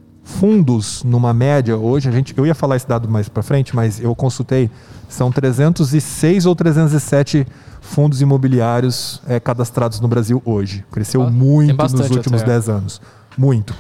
Fundos, numa média, hoje, a gente, eu ia falar esse dado mais para frente, mas eu consultei, são trezentos e seis ou trezentos e sete fundos imobiliários é, cadastrados no Brasil hoje. Cresceu Tem muito nos bastante últimos até. dez anos. Muito.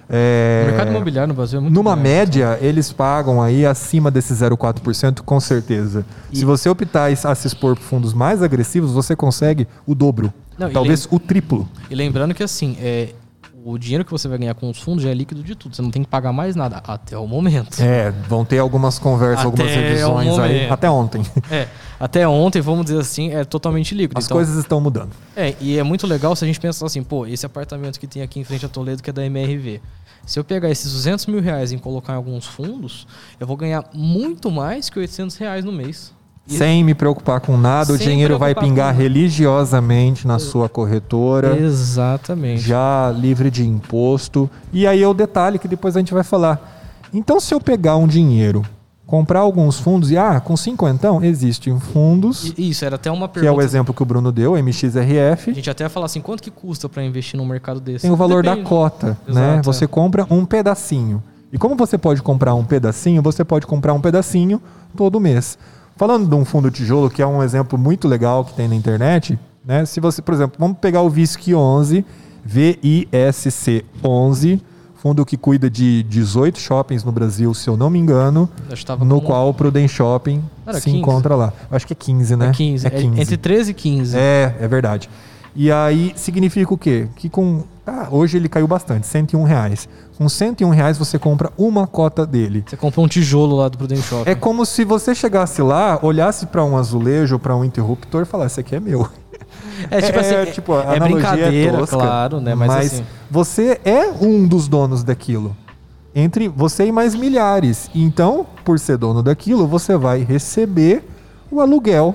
É, O mercado imobiliário no Brasil é muito numa grande. média, eles pagam aí acima desse zero vírgula quatro por cento, com certeza. E- Se você optar a se expor por fundos mais agressivos, você consegue o dobro. Não, e talvez o triplo. E lembrando que assim, é, o dinheiro que você vai ganhar com os fundos já é líquido de tudo. Você não tem que pagar mais nada até o momento. É, vão ter algumas conversas, Até algumas o revisões aí. momento. Até ontem. É, até ontem, vamos dizer assim, é totalmente líquido. As Então, coisas estão mudando. É, e é muito legal se a gente pensar assim, pô, esse apartamento que tem aqui em frente a Toledo, que é da M R V, se eu pegar esses duzentos mil reais e colocar em alguns fundos, eu vou ganhar muito mais que oitocentos reais no mês. E- Sem me preocupar com nada, o Sem dinheiro vai preocupar pingar com nada. religiosamente na sua corretora, Exatamente. já livre de imposto. E aí é o detalhe que depois a gente vai falar. Então, se eu pegar um dinheiro, comprar alguns fundos e, ah, com cinquentão, existem fundos, E- Isso, era até uma que é pergunta. o exemplo que o Bruno deu, M X R F. A gente até ia falar assim, quanto que custa para investir num mercado desse? Tem o valor Depende. da cota, Exato, né? é. Você compra um pedacinho. E como você pode comprar um pedacinho, você pode comprar um pedacinho todo mês. Falando de um fundo tijolo, que é um exemplo muito legal que tem na internet, né? Se você, por exemplo, vamos pegar o V I S C onze, V I S C onze, fundo que cuida de dezoito shoppings no Brasil, se eu não me engano, no como... qual o Prudent Shopping Era se quinze. Encontra lá. Eu acho que é quinze, né? É quinze. É quinze. É entre treze e quinze. É, é verdade. E aí significa o quê? Que com... Ah, hoje ele caiu bastante, cento e um reais. Com cento e um reais você compra uma cota dele. Você compra um tijolo lá do Prudent Shopping. É como se você chegasse lá, olhasse para um azulejo, para um interruptor e falasse, esse aqui é meu. É tipo assim, é, tipo, a é brincadeira, é tosca, claro, né? Mas, mas assim... você é um dos donos daquilo. Entre você e mais milhares. Então, por ser dono daquilo, você vai receber o aluguel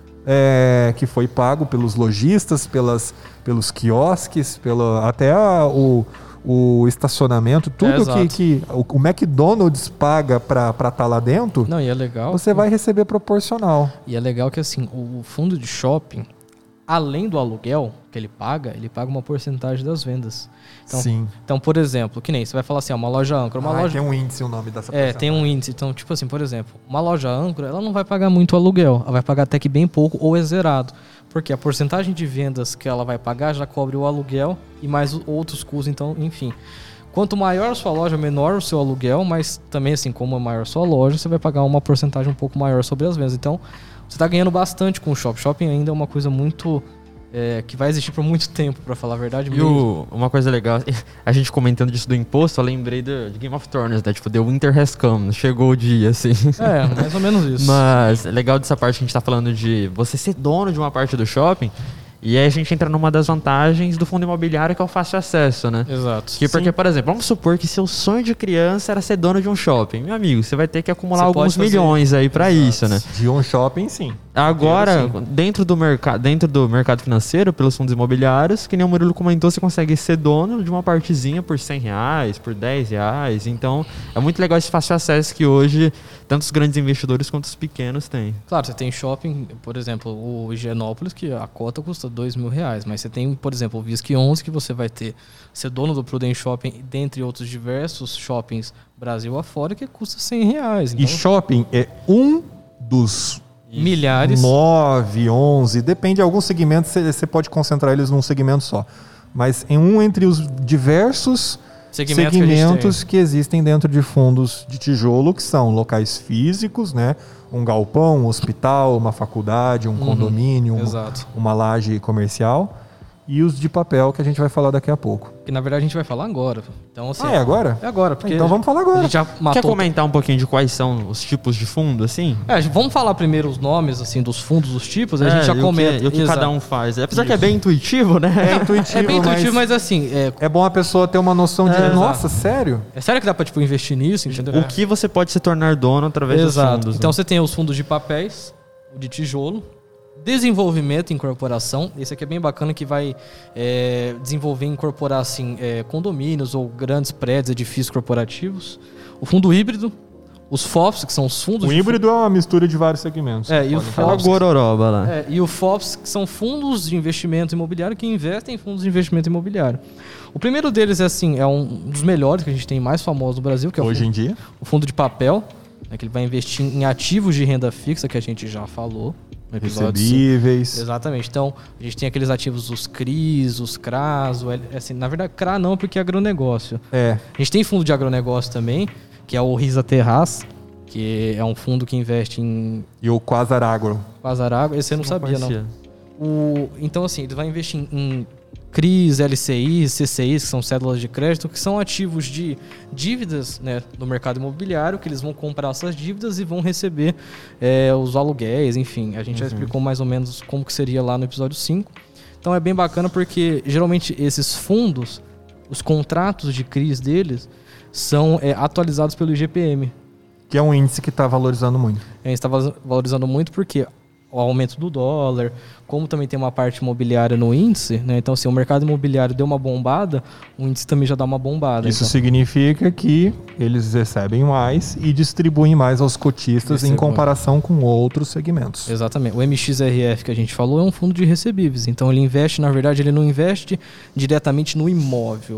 é, que foi pago pelos lojistas, pelas, pelos quiosques, pelo, até a, o, o estacionamento, tudo é, que, que o, o McDonald's paga para estar tá lá dentro. Não, e é legal. Você vai receber proporcional. E é legal que assim, o fundo de shopping, além do aluguel que ele paga, ele paga uma porcentagem das vendas. Então, Sim. Então, por exemplo, que nem você vai falar assim, ó, uma loja âncora, uma ah, loja... tem um índice o nome dessa É, tem um índice. Então, tipo assim, por exemplo, uma loja âncora, ela não vai pagar muito aluguel, ela vai pagar até que bem pouco ou é zerado. Porque a porcentagem de vendas que ela vai pagar já cobre o aluguel e mais outros custos, então, enfim. Quanto maior a sua loja, menor o seu aluguel, mas também assim, como é maior a sua loja, você vai pagar uma porcentagem um pouco maior sobre as vendas. Então, você está ganhando bastante com o shopping. Shopping ainda é uma coisa muito... É, que vai existir por muito tempo, pra falar a verdade. E o, uma coisa legal, a gente comentando disso do imposto, eu lembrei do, de Game of Thrones, né? Tipo, The Winter Has Come, chegou o dia, assim. É, mais ou menos isso. Mas é legal dessa parte que a gente tá falando de você ser dono de uma parte do shopping. E aí a gente entra numa das vantagens do fundo imobiliário, que é o fácil acesso, né? Exato. Que porque, Sim. por exemplo, vamos supor que seu sonho de criança era ser dono de um shopping. Meu amigo, você vai ter que acumular você alguns milhões aí pra Exato. Isso, né? De um shopping, sim. Agora, dentro do, mercado, dentro do mercado financeiro, pelos fundos imobiliários, que nem o Murilo comentou, você consegue ser dono de uma partezinha por cem reais, por dez reais. Então, é muito legal esse fácil acesso que hoje tanto os grandes investidores quanto os pequenos têm. Claro, você tem shopping, por exemplo, o Higienópolis, que a cota custa dois mil reais. Mas você tem, por exemplo, o V I S C onze, que você vai ter ser dono do Prudent Shopping, dentre outros diversos shoppings Brasil afora, que custa cem reais. Então, e shopping é um dos... milhares. nove, onze, depende de alguns segmentos, você pode concentrar eles num segmento só. Mas em um entre os diversos segmentos, segmentos que, que existem dentro de fundos de tijolo, que são locais físicos, né? Um galpão, um hospital, uma faculdade, um uhum, condomínio, uma, uma laje comercial. E os de papel, que a gente vai falar daqui a pouco. Que na verdade a gente vai falar agora. Então, assim, ah, é agora? É agora. Porque então vamos falar agora. A gente já matou. Quer comentar um pouquinho de quais são os tipos de fundo, assim? É, vamos falar primeiro os nomes, assim, dos fundos, dos tipos, aí é, a gente já comenta. E o que, o que cada um faz. Apesar Isso. que é bem intuitivo, né? É intuitivo, é bem intuitivo, mas, mas assim... É... é bom a pessoa ter uma noção de, é, nossa, exato. sério? É sério que dá pra, tipo, investir nisso, entendeu? O que você pode se tornar dono através exato. dos fundos. Então né? você tem os fundos de papéis, o de tijolo, desenvolvimento e incorporação. Esse aqui é bem bacana, que vai é, desenvolver e incorporar assim, é, condomínios ou grandes prédios, edifícios corporativos. O fundo híbrido, os F O Fs, que são os fundos... O híbrido é uma mistura de vários segmentos. É, e o F O Fs, gororoba lá. É, e o F O Fs, que são fundos de investimento imobiliário que investem em fundos de investimento imobiliário. O primeiro deles é assim, é um dos melhores que a gente tem, mais famoso no Brasil, que é o hoje fundo, em dia, o fundo de papel, né, que ele vai investir em ativos de renda fixa, que a gente já falou. Recebíveis. Exatamente. Então, a gente tem aqueles ativos, os C R Is, os C R As, o, assim, na verdade, C R A não, porque é agronegócio. É. A gente tem fundo de agronegócio também, que é o Risa Terraz, que é um fundo que investe em... E o Quasaragro. Quasaragro, esse você não, não sabia, não. O, então, assim, ele vai investir em, em C R Is, L C Is, C C Is, que são cédulas de crédito, que são ativos de dívidas, né, do mercado imobiliário, que eles vão comprar essas dívidas e vão receber é, os aluguéis, enfim. A gente uhum. já explicou mais ou menos como que seria lá no episódio cinco. Então é bem bacana porque, geralmente, esses fundos, os contratos de C R Is deles, são é, atualizados pelo I G P M. Que é um índice que está valorizando muito. É, está valorizando muito porque... o aumento do dólar, como também tem uma parte imobiliária no índice, né? Então, se assim, o mercado imobiliário deu uma bombada, o índice também já dá uma bombada. Isso então. significa que eles recebem mais e distribuem mais aos cotistas Recebeu. em comparação com outros segmentos. Exatamente. O M X R F que a gente falou é um fundo de recebíveis. Então, ele investe, na verdade, ele não investe diretamente no imóvel.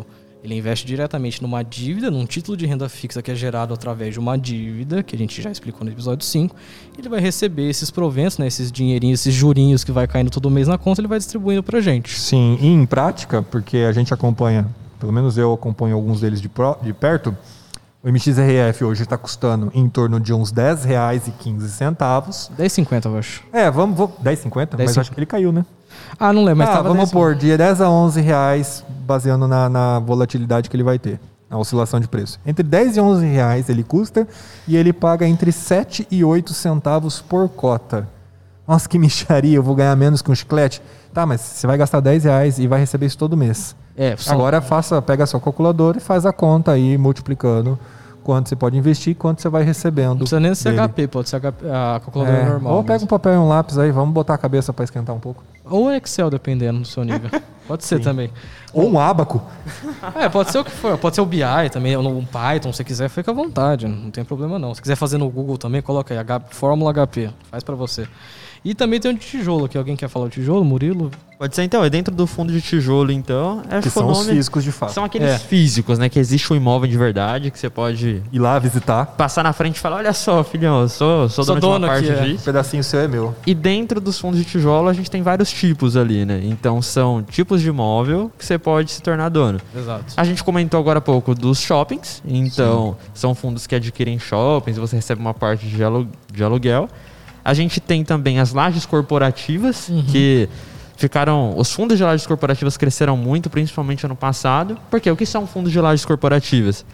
Ele investe diretamente numa dívida, num título de renda fixa que é gerado através de uma dívida, que a gente já explicou no episódio cinco. Ele vai receber esses proventos, né, esses dinheirinhos, esses jurinhos que vai caindo todo mês na conta, ele vai distribuindo pra gente. Sim, e em prática, porque a gente acompanha, pelo menos eu acompanho alguns deles de, pro, de perto, o M X R F hoje está custando em torno de uns dez reais e quinze centavos. dez reais e cinquenta, eu acho. É, vamos... vamos dez reais e cinquenta? Mas acho que ele caiu, né? Ah, não lembro, mas ah, tava vamos dez pôr de dez a onze reais, baseando na, na volatilidade que ele vai ter, na oscilação de preço. Entre dez e onze reais ele custa e ele paga entre sete e oito centavos por cota. Nossa, que mixaria, eu vou ganhar menos que um chiclete. Tá, mas você vai gastar dez reais e vai receber isso todo mês. É, são... Agora faça, pega a sua calculadora e faz a conta aí, multiplicando quanto você pode investir e quanto você vai recebendo. Não precisa nem ser dele. H P, pode ser H P, a calculadora é, normal. Ou pega mesmo. um papel e um lápis aí, vamos botar a cabeça para esquentar um pouco. Ou Excel, dependendo do seu nível. Pode ser Sim. também. Ou um ábaco. É, pode ser o que for. Pode ser o B I também, ou um Python, se você quiser, fica à vontade. Não tem problema não. Se quiser fazer no Google também, coloca aí, H, Fórmula H P. Faz pra você. E também tem o de tijolo aqui. Alguém quer falar o tijolo? Murilo? Pode ser, então. É dentro do fundo de tijolo, então. É Que são nome, os físicos de fato. São aqueles É. físicos, né? Que existe um imóvel de verdade, que você pode Ir lá visitar. passar na frente e falar, olha só, filhão, eu sou, sou, Sou dono de uma dono parte aqui, é. Um disso. pedacinho seu é meu. E dentro dos fundos de tijolo, a gente tem vários tipos ali, né? Então, são tipos de imóvel que você pode se tornar dono. Exato. A gente comentou agora há pouco dos shoppings. Então, são fundos que adquirem shoppings, você recebe uma parte de, alu- de aluguel. A gente tem também as lajes corporativas, Uhum. que ficaram... Os fundos de lajes corporativas cresceram muito, principalmente ano passado. Por quê? O que são fundos de lajes corporativas?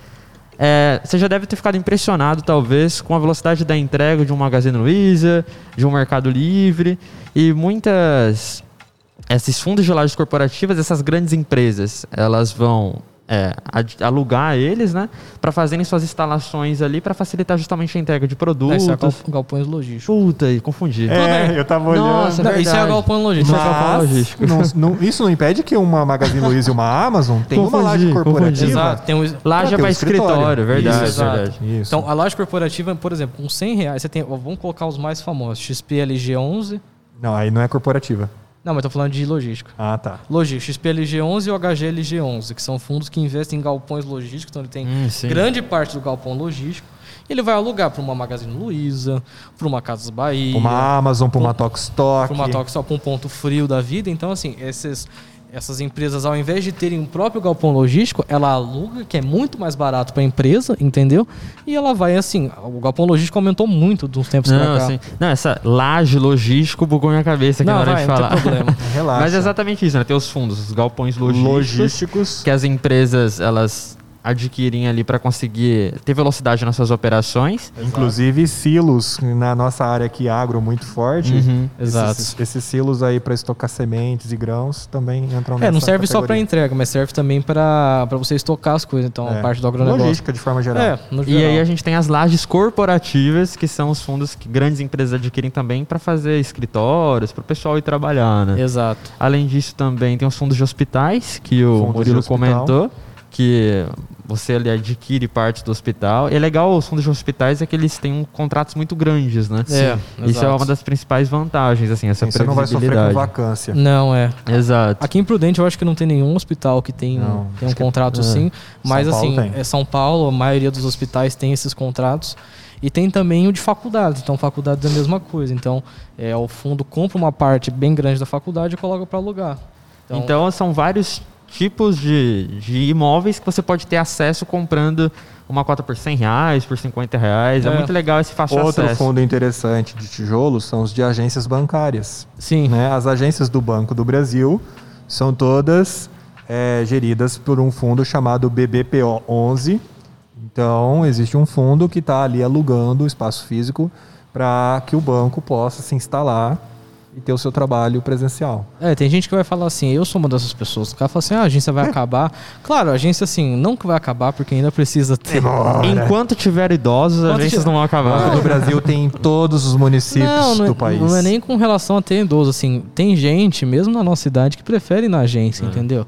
É, você já deve ter ficado impressionado, talvez, com a velocidade da entrega de um Magazine Luiza, de um Mercado Livre. E muitas... Esses fundos de lajes corporativas, essas grandes empresas, elas vão... É, ad- alugar eles, né, para fazerem suas instalações ali para facilitar justamente a entrega de produtos. Isso é gal- galpões logísticos. Puta, confundi. É, eu tava olhando. Nossa, Não, é isso é verdade. galpão logístico. Isso é galpão Mas logístico. não- não- isso não impede que uma Magazine Luiza e uma Amazon tenham uma Confundi, laje corporativa. confundi. Exato. Tem um... Laje Ah, é tem para um escritório, escritório. verdade, Isso, exato. verdade. Isso. Então, a loja corporativa, por exemplo, com cem reais, você tem... ó, vamos colocar os mais famosos. X P L G onze. Não, aí não é corporativa. Não, mas tô falando de logística. Ah, tá. Logística, X P L G onze e o H G L G onze, que são fundos que investem em galpões logísticos, então ele tem Hum, sim. grande parte do galpão logístico. Ele vai alugar para uma Magazine Luiza, para uma Casas Bahia, Uma Amazon, para uma Pra- Tokstok. para uma Toque só para um ponto frio da vida. Então, assim, esses, essas empresas, ao invés de terem um próprio galpão logístico, ela aluga, que é muito mais barato para a empresa, entendeu? E ela vai, assim, o galpão logístico aumentou muito de uns tempos Não, para cá. assim, não, essa laje logístico bugou minha cabeça aqui Não, na hora vai, de não falar. tem problema. Relaxa. Mas é exatamente isso, né? Tem os fundos, os galpões logísticos, Logísticos. que as empresas, elas adquirem ali para conseguir ter velocidade nas suas operações. Inclusive silos na nossa área aqui agro muito forte. Uhum, esses, exato. Esses silos aí para estocar sementes e grãos também entram nessa É, não serve só para categoria. entrega, mas serve também para você estocar as coisas. Então, É. a parte do agronegócio. Logística de forma geral. É, no E geral. aí a gente tem as lajes corporativas, que são os fundos que grandes empresas adquirem também para fazer escritórios, para o pessoal ir trabalhar, né? Exato. Além disso também tem os fundos de hospitais, que o Fundos de Murilo hospital. comentou, que você ali adquire parte do hospital. E é legal os fundos de hospitais é que eles têm um, contratos muito grandes, né? É, Isso é exato. uma das principais vantagens, assim, essa Sim, você não vai sofrer com previsibilidade. vacância. Não, é. Exato. Aqui em Prudente eu acho que não tem nenhum hospital que tem, Não, tem um acho que- contrato é. assim. Mas São Paulo assim, tem. é São Paulo, a maioria dos hospitais tem esses contratos. E tem também o de faculdades. Então, faculdades é a mesma coisa. Então, é, o fundo compra uma parte bem grande da faculdade e coloca para alugar. Então, são vários tipos de, de imóveis que você pode ter acesso comprando uma cota por cem reais, por cinquenta reais. É, É. muito legal esse fácil Outro acesso. fundo interessante de tijolo são os de agências bancárias. sim. Né? As agências do Banco do Brasil são todas é, geridas por um fundo chamado B B P O onze. Então, existe um fundo que está ali alugando o espaço físico para que o banco possa se instalar e ter o seu trabalho presencial. É, tem gente que vai falar assim, eu sou uma dessas pessoas. O cara fala assim, ah, a agência vai acabar. Claro, a agência, assim, não que vai acabar, porque ainda precisa ter. Enquanto tiver idosos, as Enquanto agências tiver- não vão O acabar. Banco do Brasil tem em todos os municípios Não, não é, do país. não é nem com relação a ter idoso, assim, tem gente, mesmo na nossa idade, que prefere ir na agência, É. entendeu?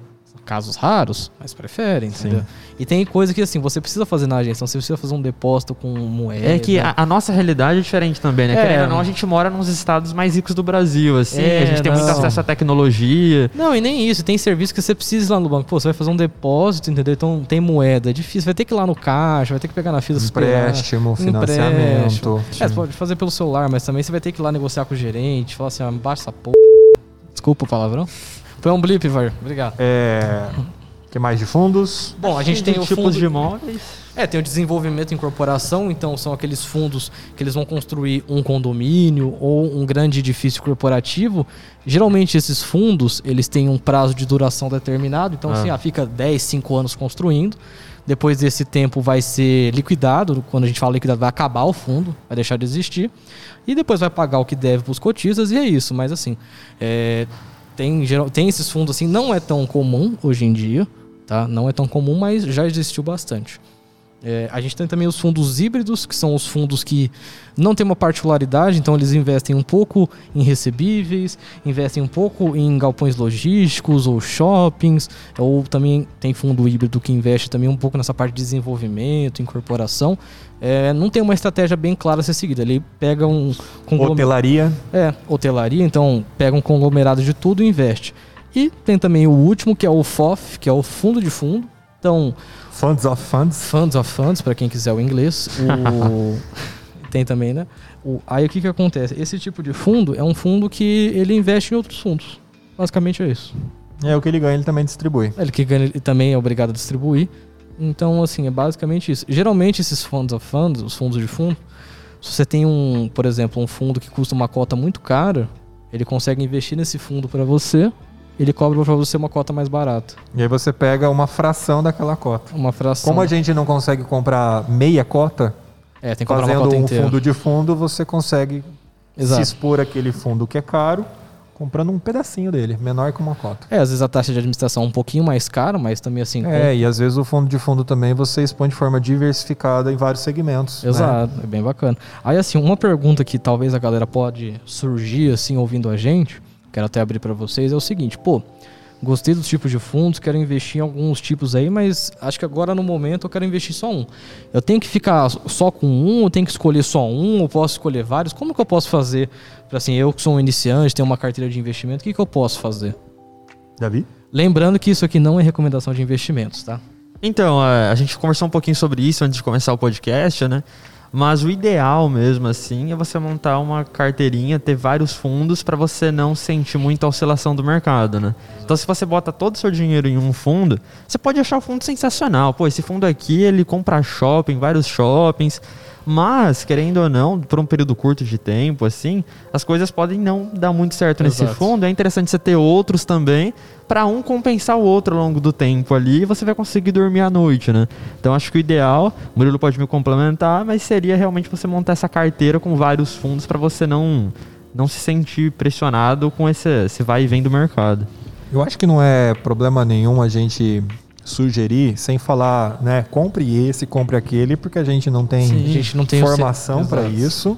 casos raros, mas preferem, entendeu? Sim. E tem coisa que, assim, você precisa fazer na agência, você precisa fazer um depósito com moeda. É que a, a nossa realidade é diferente também, né? É. Querendo ou não, a gente mora nos estados mais ricos do Brasil, assim, é, a gente tem não. muito acesso à tecnologia. Não, e nem isso, tem serviço que você precisa ir lá no banco. Pô, você vai fazer um depósito, entendeu? Então tem moeda, é difícil, vai ter que ir lá no caixa, vai ter que pegar na fila. Empréstimo, financiamento. É, você pode fazer pelo celular, mas também você vai ter que ir lá negociar com o gerente, falar assim, ah, baixa essa porra. Desculpa o palavrão. Foi um blip, Var. Obrigado. É... O que mais de fundos? Bom, a gente tem, tem o tipos fundo... de imóveis. É, tem o desenvolvimento em incorporação, então são aqueles fundos que eles vão construir um condomínio ou um grande edifício corporativo. Geralmente esses fundos, eles têm um prazo de duração determinado, então ah. assim, ah, fica dez, cinco anos construindo. Depois desse tempo vai ser liquidado, quando a gente fala liquidado vai acabar o fundo, vai deixar de existir. E depois vai pagar o que deve para os cotistas e é isso, mas assim, é, tem, geral, tem esses fundos assim, não é tão comum hoje em dia. Tá? Não é tão comum, mas já existiu bastante. É, a gente tem também os fundos híbridos, que são os fundos que não têm uma particularidade, então eles investem um pouco em recebíveis, investem um pouco em galpões logísticos ou shoppings, ou também tem fundo híbrido que investe também um pouco nessa parte de desenvolvimento, incorporação. É, não tem uma estratégia bem clara a ser seguida. Ele pega um... Conglomer... Hotelaria. É, hotelaria, então pega um conglomerado de tudo e investe. E tem também o último, que é o F O F, que é o fundo de fundo. Então, Funds of Funds. Funds of Funds, para quem quiser o inglês. O... tem também, né? O... Aí o que, que acontece? Esse tipo de fundo é um fundo que ele investe em outros fundos. Basicamente é isso. É o que ele ganha, ele também distribui. Ele que ganha, ele também é obrigado a distribuir. Então, assim, é basicamente isso. Geralmente esses Funds of Funds, os fundos de fundo, se você tem um, por exemplo, um fundo que custa uma cota muito cara, ele consegue investir nesse fundo para você. Ele cobra para você uma cota mais barata. E aí você pega uma fração daquela cota. Uma fração. Como a gente não consegue comprar meia cota, é, tem que comprar fazendo uma cota um inteira. fundo de fundo, você consegue Exato. se expor àquele fundo que é caro, comprando um pedacinho dele, menor que uma cota. É, às vezes a taxa de administração é um pouquinho mais cara, mas também assim... É, com... e às vezes o fundo de fundo também você expõe de forma diversificada em vários segmentos. Exato, né? É bem bacana. Aí assim, uma pergunta que talvez a galera pode surgir assim, ouvindo a gente... Quero até abrir para vocês, é o seguinte, pô, gostei dos tipos de fundos, quero investir em alguns tipos aí, mas acho que agora no momento eu quero investir só um. Eu tenho que ficar só com um, eu tenho que escolher só um, eu posso escolher vários? Como que eu posso fazer para assim, eu que sou um iniciante, tenho uma carteira de investimento, o que que eu posso fazer? Davi? Lembrando que isso aqui não é recomendação de investimentos, tá? Então, a gente conversou um pouquinho sobre isso antes de começar o podcast, né? Mas o ideal mesmo, assim, é você montar uma carteirinha, ter vários fundos para você não sentir muita oscilação do mercado, né? Então, se você bota todo o seu dinheiro em um fundo, você pode achar o fundo sensacional. Pô, esse fundo aqui, ele compra shopping, vários shoppings. Mas, querendo ou não, por um período curto de tempo, assim, as coisas podem não dar muito certo Exato. nesse fundo. É interessante você ter outros também, para um compensar o outro ao longo do tempo ali, e você vai conseguir dormir à noite, né? Então, acho que o ideal, o Murilo pode me complementar, mas seria realmente você montar essa carteira com vários fundos para você não, não se sentir pressionado com esse, esse vai e vem do mercado. Eu acho que não é problema nenhum a gente... sugerir, sem falar, né, compre esse, compre aquele, porque a gente não tem, Sim, a gente não tem formação para isso.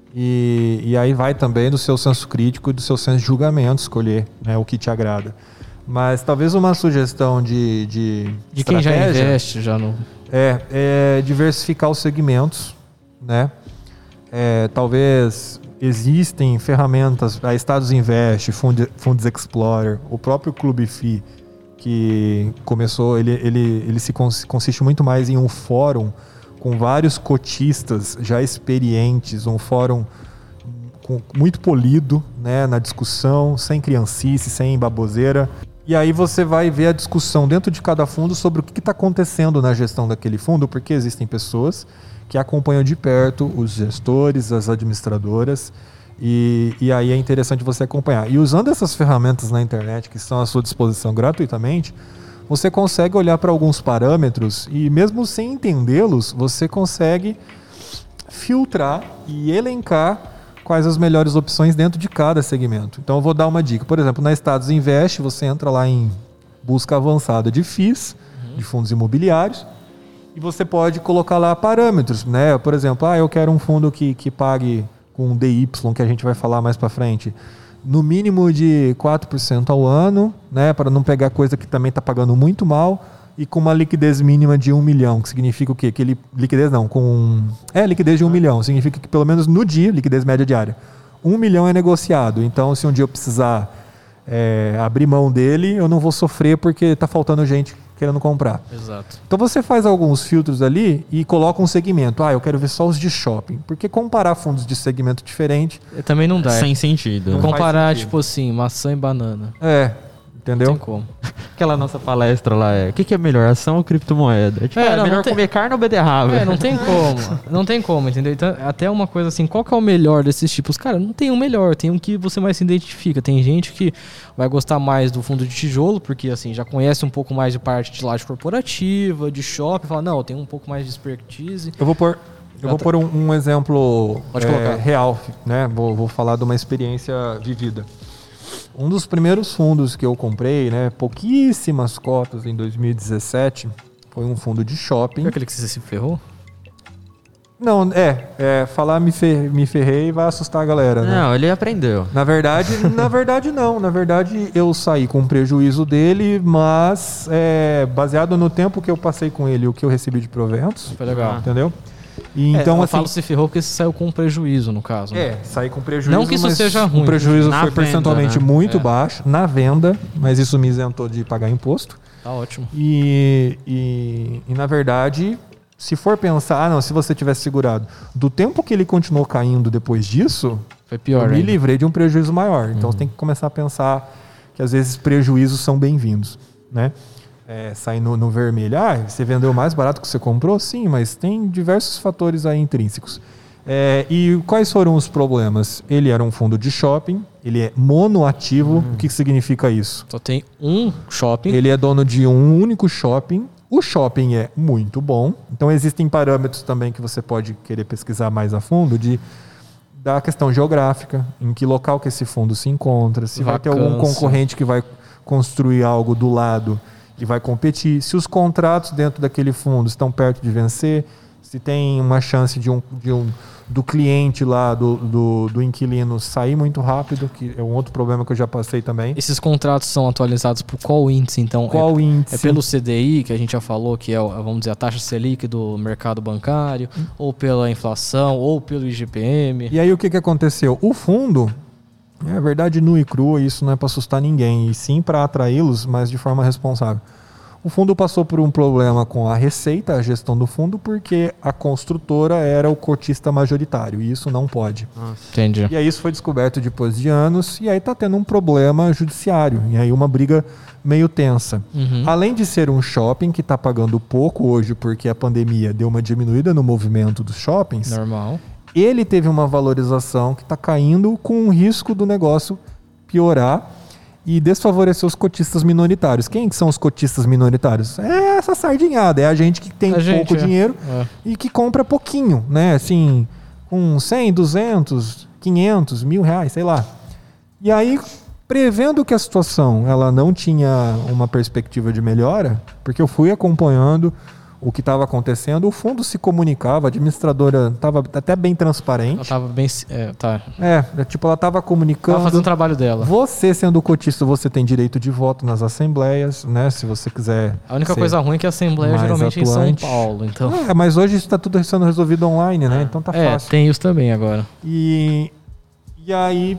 E, e aí vai também do seu senso crítico e do seu senso de julgamento escolher, né, o que te agrada. Mas talvez uma sugestão de De, de quem já investe já no... É, é diversificar os segmentos, né? É, talvez existem ferramentas, a Estados Invest, Fund, Funds Explorer, o próprio Clube F I, que começou, ele, ele, ele se cons, consiste muito mais em um fórum com vários cotistas já experientes, um fórum com, muito polido, né, na discussão, sem criancice, sem baboseira. E aí você vai ver a discussão dentro de cada fundo sobre o que está acontecendo na gestão daquele fundo, porque existem pessoas que acompanham de perto os gestores, as administradoras, E, e aí é interessante você acompanhar. E usando essas ferramentas na internet que estão à sua disposição gratuitamente, você consegue olhar para alguns parâmetros e mesmo sem entendê-los, você consegue filtrar e elencar quais as melhores opções dentro de cada segmento. Então eu vou dar uma dica. Por exemplo, na Estados Invest, você entra lá em busca avançada de F I Is, uhum. de fundos imobiliários, e você pode colocar lá parâmetros, né? Por exemplo, ah, eu quero um fundo que, que pague com D Y, que a gente vai falar mais para frente, no mínimo de quatro por cento ao ano, né, para não pegar coisa que também está pagando muito mal, e com uma liquidez mínima de um milhão, que significa o quê? Que ele, liquidez não, com... É, liquidez de um milhão, significa que pelo menos no dia, liquidez média diária, um milhão é negociado. Então, se um dia eu precisar é, abrir mão dele, eu não vou sofrer porque está faltando gente querendo comprar. Exato. Então você faz alguns filtros ali e coloca um segmento. Ah, eu quero ver só os de shopping. Porque comparar fundos de segmento diferente... Também não dá. Sem sentido. Não Não comparar, faz sentido. tipo assim, maçã e banana. É, Não entendeu? tem como. Aquela nossa palestra lá é: o que, que é melhor, ação ou criptomoeda? Tipo, É, é, não, melhor não tem- comer carne ou beterraba? É, não tem como. Não tem como, entendeu? Então, até uma coisa assim, qual que é o melhor desses tipos? Cara, não tem um melhor, tem um que você mais se identifica. Tem gente que vai gostar mais do fundo de tijolo, porque assim, já conhece um pouco mais de parte de laje corporativa, de shopping, fala, não, eu tenho um pouco mais de expertise. Eu vou pôr, eu vou pôr um, um exemplo Pode é, colocar. real, né? Vou, vou falar de uma experiência vivida. Um dos primeiros fundos que eu comprei, né, pouquíssimas cotas em dois mil e dezessete, foi um fundo de shopping. Foi aquele que você se ferrou? Não, é, é falar me, fer, me ferrei vai assustar a galera, né? Não, ele aprendeu. Na verdade, na verdade não. Na verdade, eu saí com prejuízo dele, mas é, baseado no tempo que eu passei com ele, o que eu recebi de proventos, Foi legal. entendeu? E É, então, eu assim, falo se ferrou porque você saiu com um prejuízo, no caso. né? é, saí com prejuízo. Não que isso mas seja ruim. O prejuízo Na foi venda, percentualmente né? muito É. baixo na venda, mas isso me isentou de pagar imposto. Tá ótimo. E, e, e, na verdade, se for pensar, ah, não, se você tivesse segurado, do tempo que ele continuou caindo depois disso, Foi pior, eu me ainda. livrei de um prejuízo maior. Então você tem que começar a pensar que às vezes prejuízos são bem-vindos, né? É, sair no, no vermelho. Ah, você vendeu mais barato que você comprou? Sim, mas tem diversos fatores aí intrínsecos. É, e quais foram os problemas? Ele era um fundo de shopping, ele é monoativo. O que, que significa isso? Só tem um shopping. Ele é dono de um único shopping. O shopping é muito bom. Então existem parâmetros também que você pode querer pesquisar mais a fundo de da questão geográfica, em que local que esse fundo se encontra, se vai ter algum Vacância. concorrente que vai construir algo do lado e vai competir, se os contratos dentro daquele fundo estão perto de vencer, se tem uma chance de um, de um do cliente lá, do, do, do inquilino sair muito rápido, que é um outro problema que eu já passei também. Esses contratos são atualizados por qual índice, então? Qual é, índice? É pelo C D I, que a gente já falou, que é, o- vamos dizer, a taxa Selic do mercado bancário, ou pela inflação, ou pelo I G P M. E aí o que, que aconteceu? O fundo, é verdade nua e crua, isso não é para assustar ninguém, e sim para atraí-los, mas de forma responsável. O fundo passou por um problema com a receita, a gestão do fundo, porque a construtora era o cotista majoritário, e isso não pode. Entendi. E aí isso foi descoberto depois de anos, e aí está tendo um problema judiciário, e aí uma briga meio tensa. Uhum. Além de ser um shopping que está pagando pouco hoje, porque a pandemia deu uma diminuída no movimento dos shoppings, Normal. ele teve uma valorização que está caindo com o risco do negócio piorar e desfavorecer os cotistas minoritários. Quem que são os cotistas minoritários? É essa sardinhada, é a gente que tem A gente, pouco é. dinheiro É. e que compra pouquinho, né? Assim, com cem, duzentos, quinhentos, mil reais, sei lá. E aí, prevendo que a situação ela não tinha uma perspectiva de melhora, porque eu fui acompanhando o que estava acontecendo, o fundo se comunicava, a administradora estava até bem Ela transparente. tava bem. É, tá. É, tipo, ela estava comunicando. Tava fazendo o trabalho dela. Você sendo cotista, você tem direito de voto nas assembleias, né? Se você quiser. A única ser- coisa ruim é que a Assembleia mais geralmente é em São atuante. Paulo. Então. É, mas hoje isso está tudo sendo resolvido online, né? Então tá É, fácil. tem isso também agora. E, e aí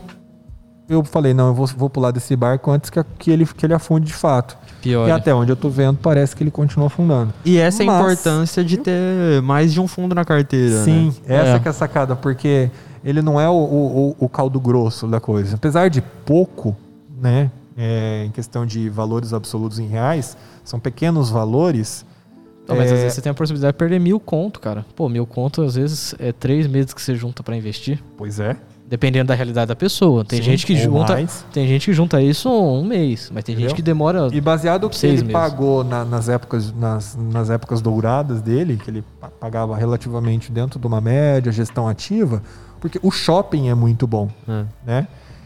eu falei, não, eu vou, vou pular desse barco antes que, que, ele, que ele afunde de fato. Pior. E até onde eu tô vendo, parece que ele continua afundando. E essa é a Mas- importância de ter mais de um fundo na carteira. Sim, né? essa É. que é a sacada, porque ele não é o, o, o caldo grosso da coisa. Apesar de pouco, né, é, em questão de valores absolutos em reais, são pequenos valores. Não, mas é, às vezes você tem a possibilidade de perder mil conto, cara. Pô, mil conto às vezes é três meses que você junta pra investir. Pois é. Dependendo da realidade da pessoa. Tem Sim, gente que ou junta. mais. Tem gente que junta isso um mês, mas tem Entendeu? gente que demora. E baseado no que Seis ele meses. pagou na- nas, épocas, nas, nas épocas douradas dele, que ele pa- pagava relativamente dentro de uma média, gestão ativa, porque o shopping é muito bom, É. né?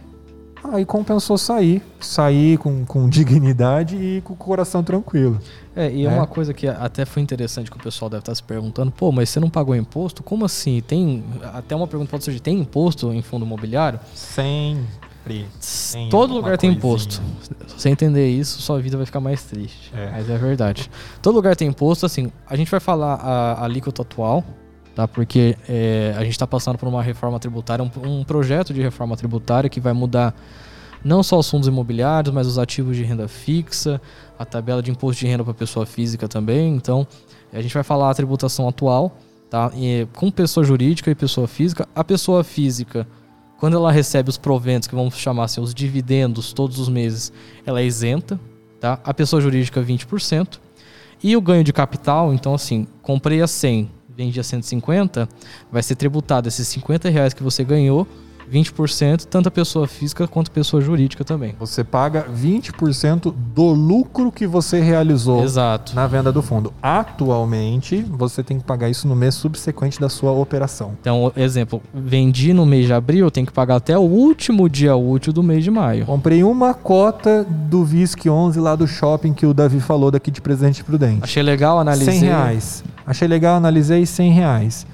Aí compensou sair, sair com, com dignidade e com o coração tranquilo. É, e é né? uma coisa que até foi interessante que o pessoal deve estar se perguntando, pô, mas você não pagou imposto? Como assim? Tem. Até uma pergunta pode surgir, tem imposto em fundo imobiliário? Sem... sempre tem Todo alguma lugar tem coisinha. imposto. Se você entender isso, sua vida vai ficar mais triste. É. Mas é verdade. Todo lugar tem imposto, assim, a gente vai falar a, a alíquota atual, tá? Porque é, a gente está passando por uma reforma tributária, um, um projeto de reforma tributária que vai mudar não só os fundos imobiliários, mas os ativos de renda fixa, a tabela de imposto de renda para pessoa física também. Então, a gente vai falar a tributação atual, tá? E, com pessoa jurídica e pessoa física. A pessoa física, quando ela recebe os proventos, que vamos chamar assim, os dividendos todos os meses, ela é isenta, tá? A pessoa jurídica vinte por cento. E o ganho de capital, então assim, comprei a cem, vendi a cento e cinquenta, vai ser tributado esses cinquenta reais que você ganhou, vinte por cento, tanto a pessoa física quanto a pessoa jurídica também. Você paga vinte por cento do lucro que você realizou Exato. na venda do fundo. Atualmente, você tem que pagar isso no mês subsequente da sua operação. Então, exemplo, vendi no mês de abril, eu tenho que pagar até o último dia útil do mês de maio. Comprei uma cota do Visc onze lá do shopping que o Davi falou daqui de Presidente Prudente. Achei legal, analisei. cem reais. Achei legal, analisei cem reais.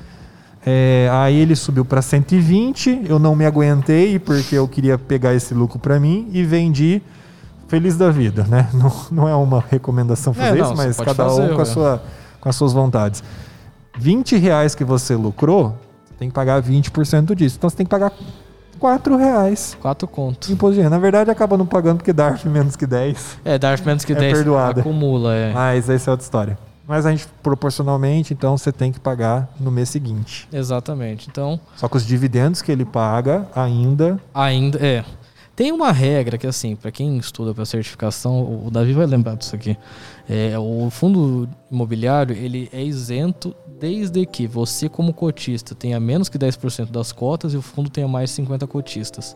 É, aí ele subiu para cento e vinte, eu não me aguentei porque eu queria pegar esse lucro para mim e vendi feliz da vida, né? Não, não é uma recomendação fazer É, não, isso, mas você pode cada fazer, um com, a ué. sua, com as suas vontades. vinte reais que você lucrou, tem que pagar vinte por cento disso. Então você tem que pagar quatro reais Quatro contos. de imposto de renda. Na verdade, acaba não pagando porque dá menos que dez. É, dar menos que É dez perdoada. acumula, é. Mas essa é outra história. Mas a gente, proporcionalmente, então, você tem que pagar no mês seguinte. Exatamente. Então, Só que os dividendos que ele paga ainda... ainda é. Tem uma regra que, assim, para quem estuda para certificação, o Davi vai lembrar disso aqui. É, o fundo imobiliário, ele é isento desde que você, como cotista, tenha menos que dez por cento das cotas e o fundo tenha mais de cinquenta cotistas.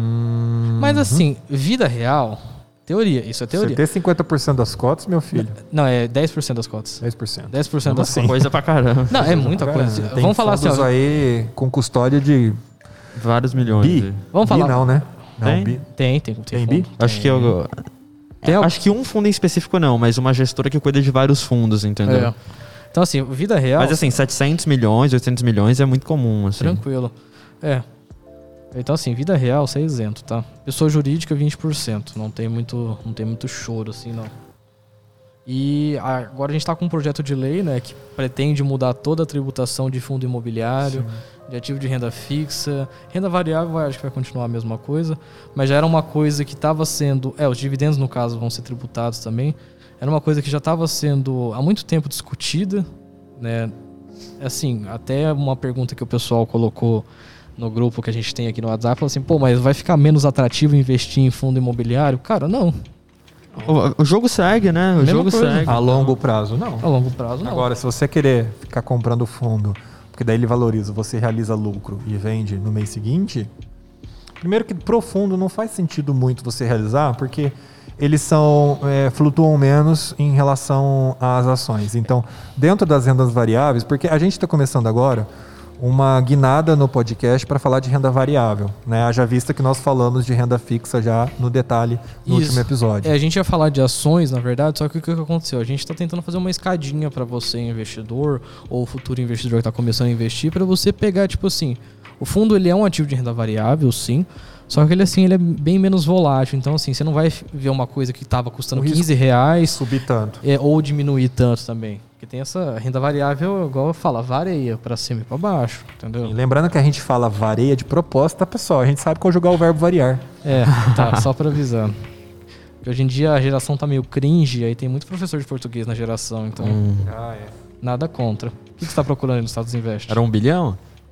Hum, Mas, assim, vida real, teoria, isso é teoria. Você ter cinquenta por cento das cotas, meu filho? Não, é dez por cento das cotas. dez por cento. dez por cento Como das assim? cotas. Coisa pra caramba. Não, é muita Caramba, coisa. tem Vamos falar assim, fundos ó. aí com custódia de Vários milhões. bi. Vamos Bi falar. não, né? Não, Tem? bi. Tem, tem. Tem, Tem fundo. bi? Acho que eu. Tem al- Acho que um fundo em específico não, mas uma gestora que cuida de vários fundos, entendeu? É. Então, assim, vida real. Mas assim, setecentos milhões, oitocentos milhões é muito comum, assim. Tranquilo. É. Então, assim, vida real, você é isento, tá? Pessoa jurídica, vinte por cento. Não tem muito, não tem muito choro, assim, não. E agora a gente está com um projeto de lei, né, que pretende mudar toda a tributação de fundo imobiliário, de ativo de renda fixa. Renda variável, vai- acho que vai continuar a mesma coisa. Mas já era uma coisa que estava sendo... É, os dividendos, no caso, vão ser tributados também. Era uma coisa que já estava sendo há muito tempo discutida, né? Assim, até uma pergunta que o pessoal colocou no grupo que a gente tem aqui no WhatsApp, falou assim, pô, mas vai ficar menos atrativo investir em fundo imobiliário? Cara, não. O, o jogo segue, né? O Mesma jogo coisa. segue. A longo prazo, não. A longo prazo, não. Agora, se você querer ficar comprando fundo, porque daí ele valoriza, você realiza lucro e vende no mês seguinte, primeiro que pro fundo não faz sentido muito você realizar, porque eles são é, flutuam menos em relação às ações. Então, dentro das rendas variáveis, porque a gente está começando agora uma guinada no podcast para falar de renda variável, né? Haja vista que nós falamos de renda fixa já no detalhe no Isso. último episódio. É, a gente ia falar de ações, na verdade, só que o que que aconteceu? A gente está tentando fazer uma escadinha para você, investidor, ou futuro investidor que está começando a investir, para você pegar, tipo assim, o fundo ele é um ativo de renda variável, sim, só que ele, assim, ele é bem menos volátil. Então, assim, você não vai ver uma coisa que estava custando O risco- quinze reais Subir tanto. é, ou diminuir tanto também. Porque tem essa renda variável, igual fala, vareia para cima e para baixo, entendeu? E lembrando que a gente fala vareia de propósito, tá, pessoal? A gente sabe conjugar o verbo variar. É, tá, só para avisar. Porque hoje em dia a geração tá meio cringe, aí tem muito professor de português na geração, então Hum. Ah, é. nada contra. O que que você tá procurando aí no Status Invest? Era um bilhão?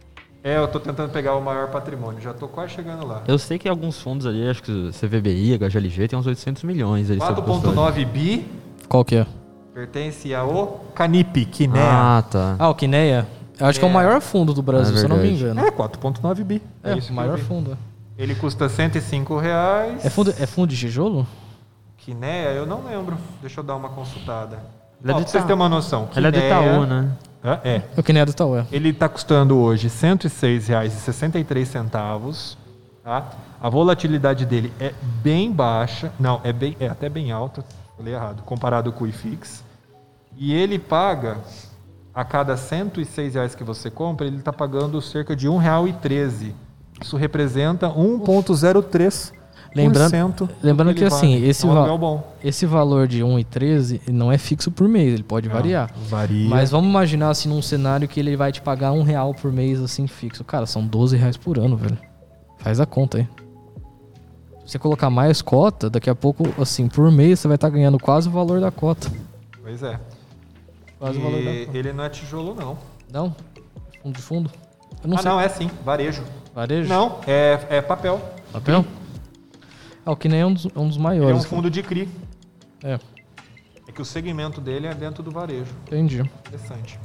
É, eu tô tentando pegar o maior patrimônio, já tô quase chegando lá. Eu sei que alguns fundos ali, acho que o C V B I, H G L G, tem uns oitocentos milhões. ali quatro sob vírgula custódia. nove bi Qual que é? pertence ao Canip, Kinea. Ah, tá. Ah, o Kinea? Eu acho que é o É. maior fundo do Brasil, É se eu não me verdade. engano. É, quatro vírgula nove bi. É, isso o que maior eu vi. fundo. Ele custa cento e cinco reais. É fundo, é fundo de tijolo? Kinea, eu não lembro. Deixa eu dar uma consultada. Ele é Ó, do pra vocês Itaú. terem uma noção. Ele é do Kinea- Itaú, né? Hã? É. É o Kinea do Itaú, é. Ele está custando hoje cento e seis reais e sessenta e três centavos. Tá? A volatilidade dele é bem baixa. Não, é, bem, é até bem alta. Falei errado. Comparado com o I F I X. E ele paga, a cada cento e seis reais que você compra, ele está pagando cerca de um real e treze Isso representa um vírgula zero três por cento. Lembrando, lembrando que, que assim, vale. esse, é um va bom. esse valor de um vírgula treze não é fixo por mês, ele pode Não, variar. Varia. Mas vamos imaginar assim num cenário que ele vai te pagar um real por mês assim fixo. Cara, são doze reais por ano, velho. Faz a conta aí. Se você colocar mais cota, daqui a pouco, assim, por mês você vai estar ganhando quase o valor da cota. Pois é. Quase E o valor da cota. ele não é tijolo, não. Não? Fundo de fundo? Eu não ah, sei. não, é sim. Varejo. Varejo? Não, é, é papel. Papel? É, o que nem é um dos, um dos Ele maiores. é um fundo de C R I. É, É que o segmento dele é dentro do varejo. entendi. Interessante.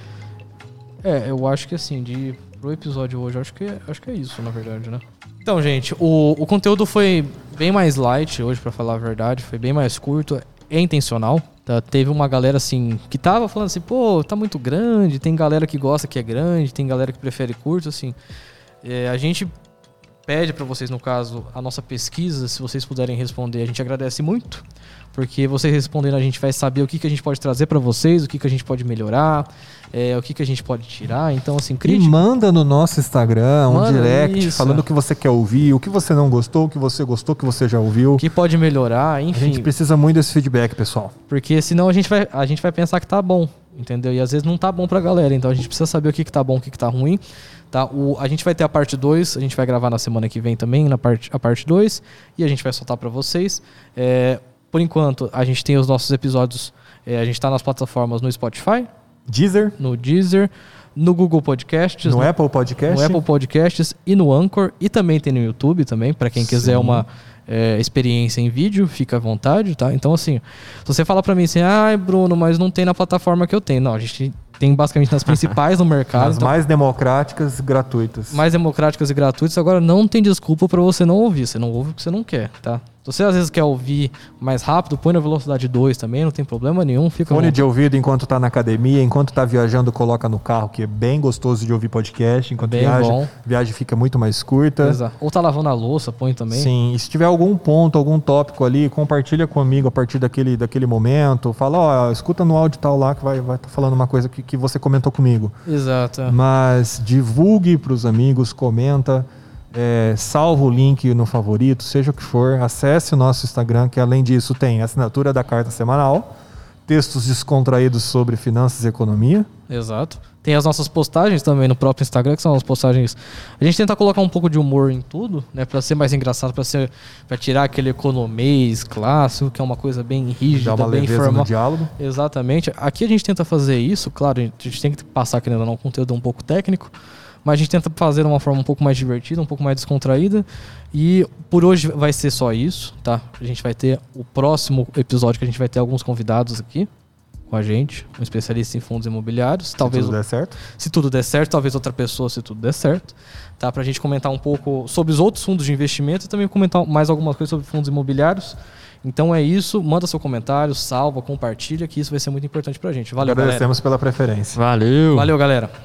É, eu acho que assim, de pro episódio hoje, eu acho que, é- acho que é isso, na verdade, né? Então, gente, o, o conteúdo foi bem mais light hoje, pra falar a verdade. Foi bem mais curto. É intencional. Tá? Teve uma galera, assim, que tava falando assim, pô, tá muito grande. Tem galera que gosta que é grande, tem galera que prefere curto, assim. É, a gente pede pra vocês, no caso, a nossa pesquisa. Se vocês puderem responder, a gente agradece muito. Porque vocês respondendo, a gente vai saber o que, que a gente pode trazer pra vocês, o que, que a gente pode melhorar, é, o que, que a gente pode tirar. Então, assim, E crítica. manda no nosso Instagram um Manda direct isso. falando o que você quer ouvir, o que você não gostou, o que você gostou, o que você já ouviu. O que pode melhorar, A enfim. gente precisa muito desse feedback, pessoal. Porque senão a gente, vai, a gente vai pensar que tá bom, entendeu? E às vezes não tá bom pra galera. Então a gente precisa saber o que, que tá bom, o que, que tá ruim. Tá? O, a gente vai ter a parte dois, a gente vai gravar na semana que vem também, na parte, a parte dois. E a gente vai soltar pra vocês. É, por enquanto, a gente tem os nossos episódios. É, a gente tá nas plataformas no Spotify, Deezer, no Deezer, no Google Podcasts, no, Apple Podcast. no Apple Podcasts e no Anchor. E também tem no YouTube também, para quem quiser Sim. uma é, experiência em vídeo, fica à vontade, tá? Então, assim, se você falar para mim assim, ai, Bruno, mas não tem na plataforma que eu tenho. Não, a gente tem basicamente nas principais no mercado. As Então, mais democráticas, gratuitas. mais democráticas e gratuitas. Agora, não tem desculpa para você não ouvir. Você não ouve o que você não quer, tá? Se você às vezes quer ouvir mais rápido, põe na velocidade dois também, não tem problema nenhum. Fica Fone à de ouvido enquanto tá na academia, enquanto tá viajando, coloca no carro, que é bem gostoso de ouvir podcast. Enquanto Bem viaja, bom. a viagem fica muito mais curta. Exato. Ou tá lavando a louça, põe também. Sim, e se tiver algum ponto, algum tópico ali, compartilha comigo a partir daquele, daquele momento. Fala, ó, escuta no áudio tal lá que vai estar vai tá falando uma coisa que, que você comentou comigo. Exato. é. Mas divulgue para os amigos, comenta, é, salva o link no favorito, seja o que for. Acesse o nosso Instagram, que além disso tem a assinatura da carta semanal, textos descontraídos sobre finanças e economia. Exato. Tem as nossas postagens também no próprio Instagram, que são as postagens. A gente tenta colocar um pouco de humor em tudo, né, para ser mais engraçado, para ser, para tirar aquele economês clássico, que é uma coisa bem rígida, Dá uma bem leveza formal. no diálogo. Exatamente. Aqui a gente tenta fazer isso, claro, a gente tem que passar, querendo ou não, um conteúdo um pouco técnico, mas a gente tenta fazer de uma forma um pouco mais divertida, um pouco mais descontraída. E por hoje vai ser só isso, tá? A gente vai ter o próximo episódio que a gente vai ter alguns convidados aqui com a gente, um especialista em fundos imobiliários, talvez Se tudo der certo. se tudo der certo, talvez outra pessoa, se tudo der certo, tá? Pra gente comentar um pouco sobre os outros fundos de investimento e também comentar mais algumas coisas sobre fundos imobiliários. Então é isso, manda seu comentário, salva, compartilha, que isso vai ser muito importante pra gente. Valeu, galera. Agradecemos pela preferência. Valeu! Valeu, galera.